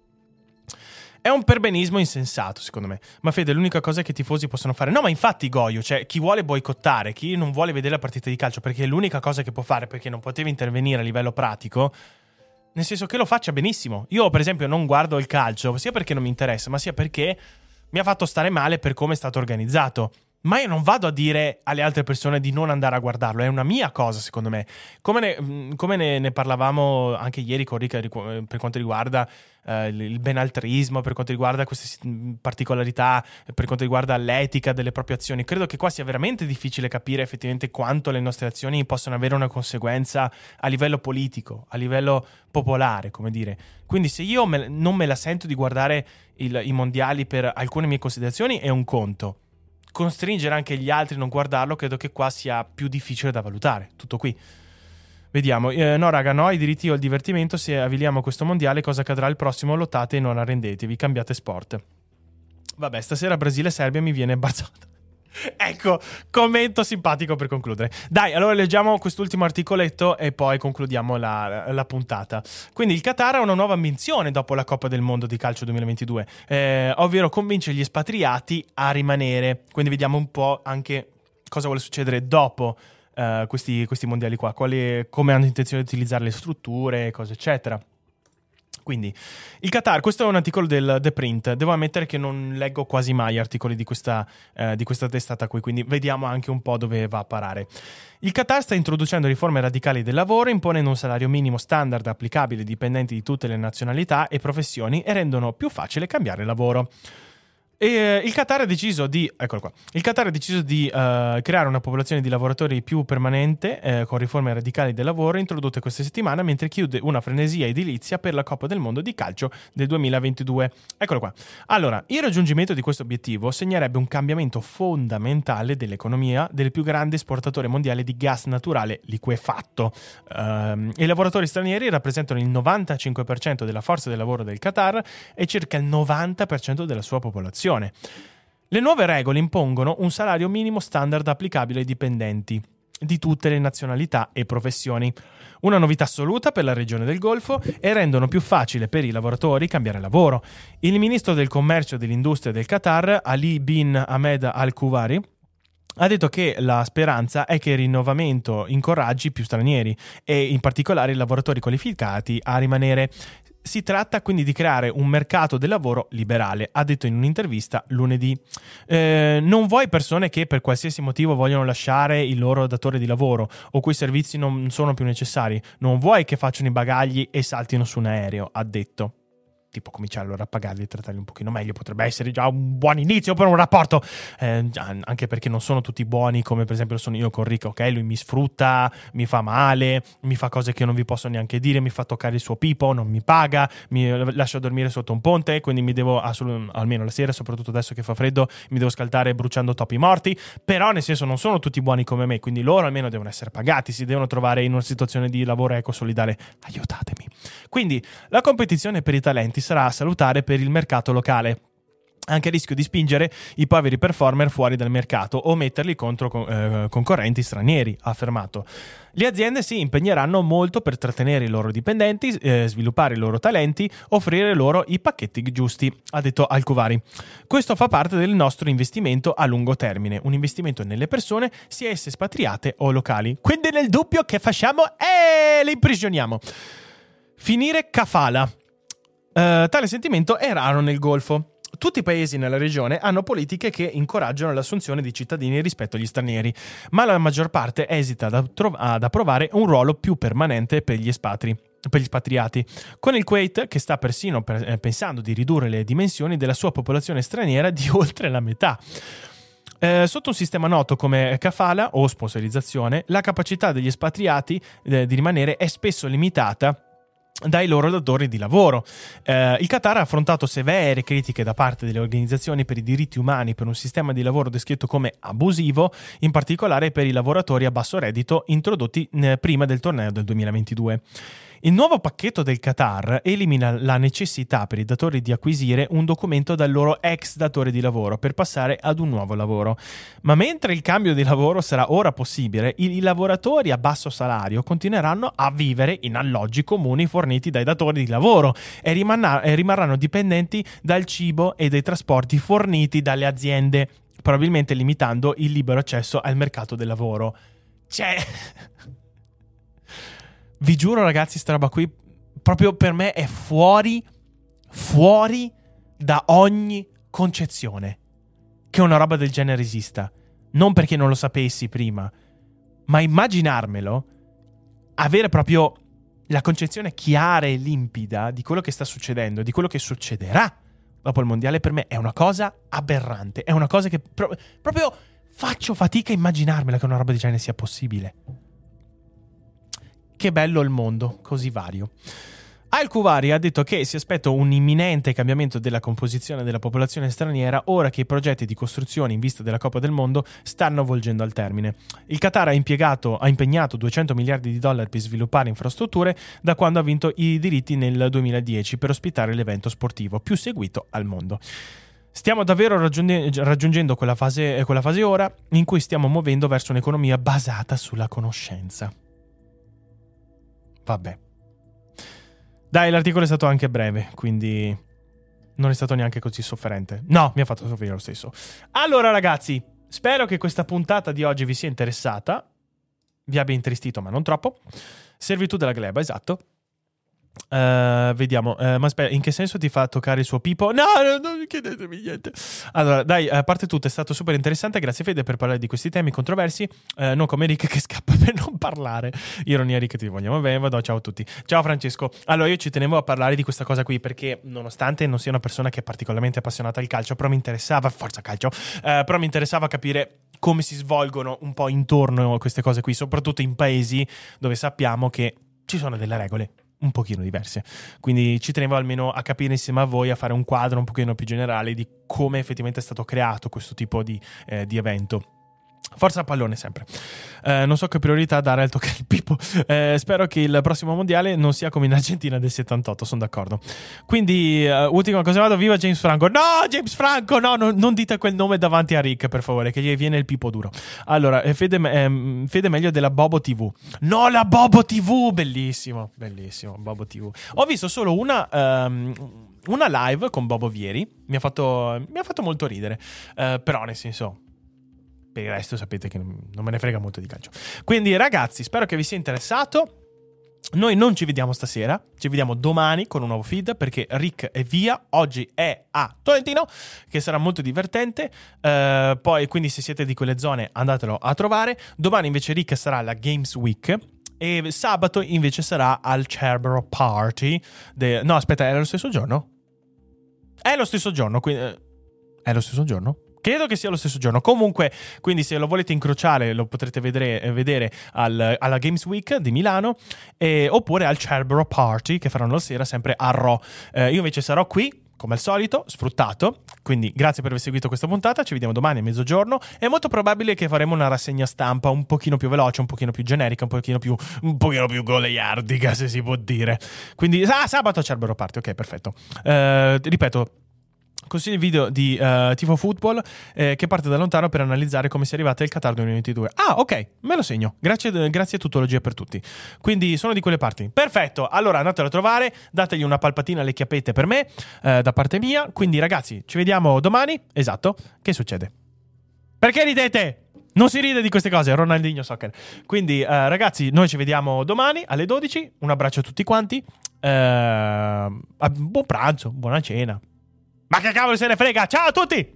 È un perbenismo insensato, secondo me. Ma Fede, l'unica cosa che i tifosi possono fare... No, ma infatti, Goio, cioè, chi vuole boicottare, chi non vuole vedere la partita di calcio, perché è l'unica cosa che può fare, perché non poteva intervenire a livello pratico, nel senso che lo faccia benissimo. Io, per esempio, non guardo il calcio, sia perché non mi interessa, ma sia perché mi ha fatto stare male per come è stato organizzato. Ma io non vado a dire alle altre persone di non andare a guardarlo, è una mia cosa, secondo me. Come ne parlavamo anche ieri con Rica per quanto riguarda il benaltrismo, per quanto riguarda queste particolarità, per quanto riguarda l'etica delle proprie azioni. Credo che qua sia veramente difficile capire effettivamente quanto le nostre azioni possono avere una conseguenza a livello politico, a livello popolare, come dire. Quindi se io non me la sento di guardare i mondiali per alcune mie considerazioni è un conto. Costringere anche gli altri a non guardarlo credo che qua sia più difficile da valutare. Tutto qui. Vediamo. No raga, no ai diritti o al divertimento. Se avviliamo questo mondiale, cosa accadrà il prossimo? Lottate e non arrendetevi, cambiate sport. Vabbè, stasera Brasile-Serbia mi viene barzata. Ecco, commento simpatico per concludere. Dai, allora leggiamo quest'ultimo articoletto e poi concludiamo la puntata. Quindi il Qatar ha una nuova ambizione dopo la Coppa del Mondo di calcio 2022, ovvero convincere gli espatriati a rimanere. Quindi vediamo un po' anche cosa vuole succedere dopo questi mondiali qua, come hanno intenzione di utilizzare le strutture, cose eccetera. Quindi, il Qatar, questo è un articolo del The Print, devo ammettere che non leggo quasi mai articoli di questa testata qui, quindi vediamo anche un po' dove va a parare. Il Qatar sta introducendo riforme radicali del lavoro, imponendo un salario minimo standard applicabile ai dipendenti di tutte le nazionalità e professioni e rendono più facile cambiare lavoro. E il Qatar ha deciso di creare una popolazione di lavoratori più permanente con riforme radicali del lavoro introdotte questa settimana, mentre chiude una frenesia edilizia per la Coppa del Mondo di calcio del 2022. Eccolo qua. Allora, il raggiungimento di questo obiettivo segnerebbe un cambiamento fondamentale dell'economia del più grande esportatore mondiale di gas naturale liquefatto. I lavoratori stranieri rappresentano il 95% della forza del lavoro del Qatar e circa il 90% della sua popolazione. Le nuove regole impongono un salario minimo standard applicabile ai dipendenti di tutte le nazionalità e professioni, una novità assoluta per la regione del Golfo, e rendono più facile per i lavoratori cambiare lavoro. Il ministro del commercio e dell'industria del Qatar, Ali bin Ahmed Al-Kuwari, ha detto che la speranza è che il rinnovamento incoraggi più stranieri e in particolare i lavoratori qualificati a rimanere. Si tratta quindi di creare un mercato del lavoro liberale, ha detto in un'intervista lunedì. Non vuoi persone che per qualsiasi motivo vogliono lasciare il loro datore di lavoro o cui i servizi non sono più necessari. Non vuoi che facciano i bagagli e saltino su un aereo, ha detto. Tipo cominciare allora a pagarli e trattarli un pochino meglio potrebbe essere già un buon inizio per un rapporto, anche perché non sono tutti buoni come per esempio lo sono io con Rick, ok? Lui mi sfrutta, mi fa male, mi fa cose che non vi posso neanche dire, mi fa toccare il suo pipo, non mi paga, mi lascia dormire sotto un ponte, quindi mi devo almeno la sera, soprattutto adesso che fa freddo, mi devo scaldare bruciando topi morti, però nel senso non sono tutti buoni come me, quindi loro almeno devono essere pagati, si devono trovare in una situazione di lavoro ecosolidale, aiutatemi. Quindi la competizione per i talenti sarà salutare per il mercato locale. anche a rischio di spingere i poveri performer fuori dal mercato o metterli contro concorrenti stranieri, ha affermato. Le aziende si impegneranno molto per trattenere i loro dipendenti, sviluppare i loro talenti, offrire loro i pacchetti giusti, ha detto Al-Kuvari. Questo fa parte del nostro investimento a lungo termine, un investimento nelle persone, sia esse espatriate o locali. Quindi nel dubbio che facciamo? Le imprigioniamo. Finire kafala. Tale sentimento è raro nel Golfo. Tutti i paesi nella regione hanno politiche che incoraggiano l'assunzione di cittadini rispetto agli stranieri, ma la maggior parte esita ad approvare un ruolo più permanente per gli espatriati. Con il Kuwait che sta persino pensando di ridurre le dimensioni della sua popolazione straniera di oltre la metà. Sotto un sistema noto come kafala o sponsorizzazione, la capacità degli espatriati di rimanere è spesso limitata dai loro datori di lavoro. Il Qatar ha affrontato severe critiche da parte delle organizzazioni per i diritti umani per un sistema di lavoro descritto come abusivo, in particolare per i lavoratori a basso reddito introdotti prima del torneo del 2022. Il nuovo pacchetto del Qatar elimina la necessità per i datori di acquisire un documento dal loro ex datore di lavoro per passare ad un nuovo lavoro. Ma mentre il cambio di lavoro sarà ora possibile, i lavoratori a basso salario continueranno a vivere in alloggi comuni forniti dai datori di lavoro e rimarranno dipendenti dal cibo e dai trasporti forniti dalle aziende, probabilmente limitando il libero accesso al mercato del lavoro. Vi giuro ragazzi, sta roba qui proprio per me è fuori da ogni concezione che una roba del genere esista. Non perché non lo sapessi prima, ma immaginarmelo, avere proprio la concezione chiara e limpida di quello che sta succedendo, di quello che succederà dopo il mondiale, per me è una cosa aberrante, è una cosa che proprio faccio fatica a immaginarmela che una roba del genere sia possibile. Che bello il mondo, così vario. Al-Kuvari ha detto che si aspetta un imminente cambiamento della composizione della popolazione straniera ora che i progetti di costruzione in vista della Coppa del Mondo stanno volgendo al termine. Il Qatar ha impegnato 200 miliardi di dollari per sviluppare infrastrutture da quando ha vinto i diritti nel 2010 per ospitare l'evento sportivo più seguito al mondo. Stiamo davvero raggiungendo quella fase ora in cui stiamo muovendo verso un'economia basata sulla conoscenza. Vabbè. Dai, l'articolo è stato anche breve, quindi non è stato neanche così sofferente. No, mi ha fatto soffrire lo stesso. Allora ragazzi, spero che questa puntata di oggi vi sia interessata, vi abbia intristito ma non troppo. Servitù della gleba, esatto. Vediamo, ma aspetta, in che senso ti fa toccare il suo pipo? No, non chiedetemi niente. Allora, dai, a parte tutto è stato super interessante. Grazie Fede per parlare di questi temi controversi, non come Rick che scappa per non parlare. Ironia Rick, ti vogliamo bene, vado, ciao a tutti. Ciao Francesco. Allora, io ci tenevo a parlare di questa cosa qui perché nonostante non sia una persona che è particolarmente appassionata al calcio, però mi interessava, forza calcio, però mi interessava capire come si svolgono un po' intorno a queste cose qui, soprattutto in paesi dove sappiamo che ci sono delle regole un pochino diverse, quindi ci tenevo almeno a capire insieme a voi, a fare un quadro un pochino più generale di come effettivamente è stato creato questo tipo di evento. Forza pallone sempre. Non so che priorità dare al toccare il pipo. Spero che il prossimo mondiale non sia come in Argentina del 78, sono d'accordo. Quindi ultima cosa, vado, viva James Franco. No, James Franco, no, non dite quel nome davanti a Rick, per favore, che gli viene il pipo duro. Allora, Fede meglio della Bobo TV. No, la Bobo TV, bellissimo, bellissimo, Bobo TV. Ho visto solo una live con Bobo Vieri, mi ha fatto molto ridere, però nel senso, per il resto sapete che non me ne frega molto di calcio. Quindi ragazzi, spero che vi sia interessato. Noi non ci vediamo stasera, ci vediamo domani con un nuovo feed, perché Rick è via, oggi è a Tolentino, che sarà molto divertente. Poi quindi se siete di quelle zone andatelo a trovare. Domani invece Rick sarà alla Games Week e sabato invece sarà al Cerbero Party. No, aspetta, era lo stesso giorno? È lo stesso giorno, è lo stesso giorno? Credo che sia lo stesso giorno. Comunque, quindi se lo volete incrociare lo potrete vedere alla Games Week di Milano, oppure al Cerbero Party che faranno la sera sempre a Raw. Io invece sarò qui, come al solito, sfruttato. Quindi grazie per aver seguito questa puntata. Ci vediamo domani a mezzogiorno. È molto probabile che faremo una rassegna stampa un pochino più veloce, un pochino più generica, un pochino più goliardica, se si può dire. Quindi sabato a Cerbero Party. Ok, perfetto. Ripeto, consiglio il video di Tifo Football che parte da lontano per analizzare come sia arrivata il Qatar 2022. Ah, ok, me lo segno. Grazie a Tutologia per tutti. Quindi sono di quelle parti. Perfetto, allora andatelo a trovare, dategli una palpatina alle chiappette per me, da parte mia. Quindi ragazzi, ci vediamo domani. Esatto, che succede? Perché ridete? Non si ride di queste cose, Ronaldinho Soccer. Quindi ragazzi, noi ci vediamo domani alle 12. Un abbraccio a tutti quanti. Buon pranzo, buona cena. Ma che cavolo se ne frega. Ciao a tutti!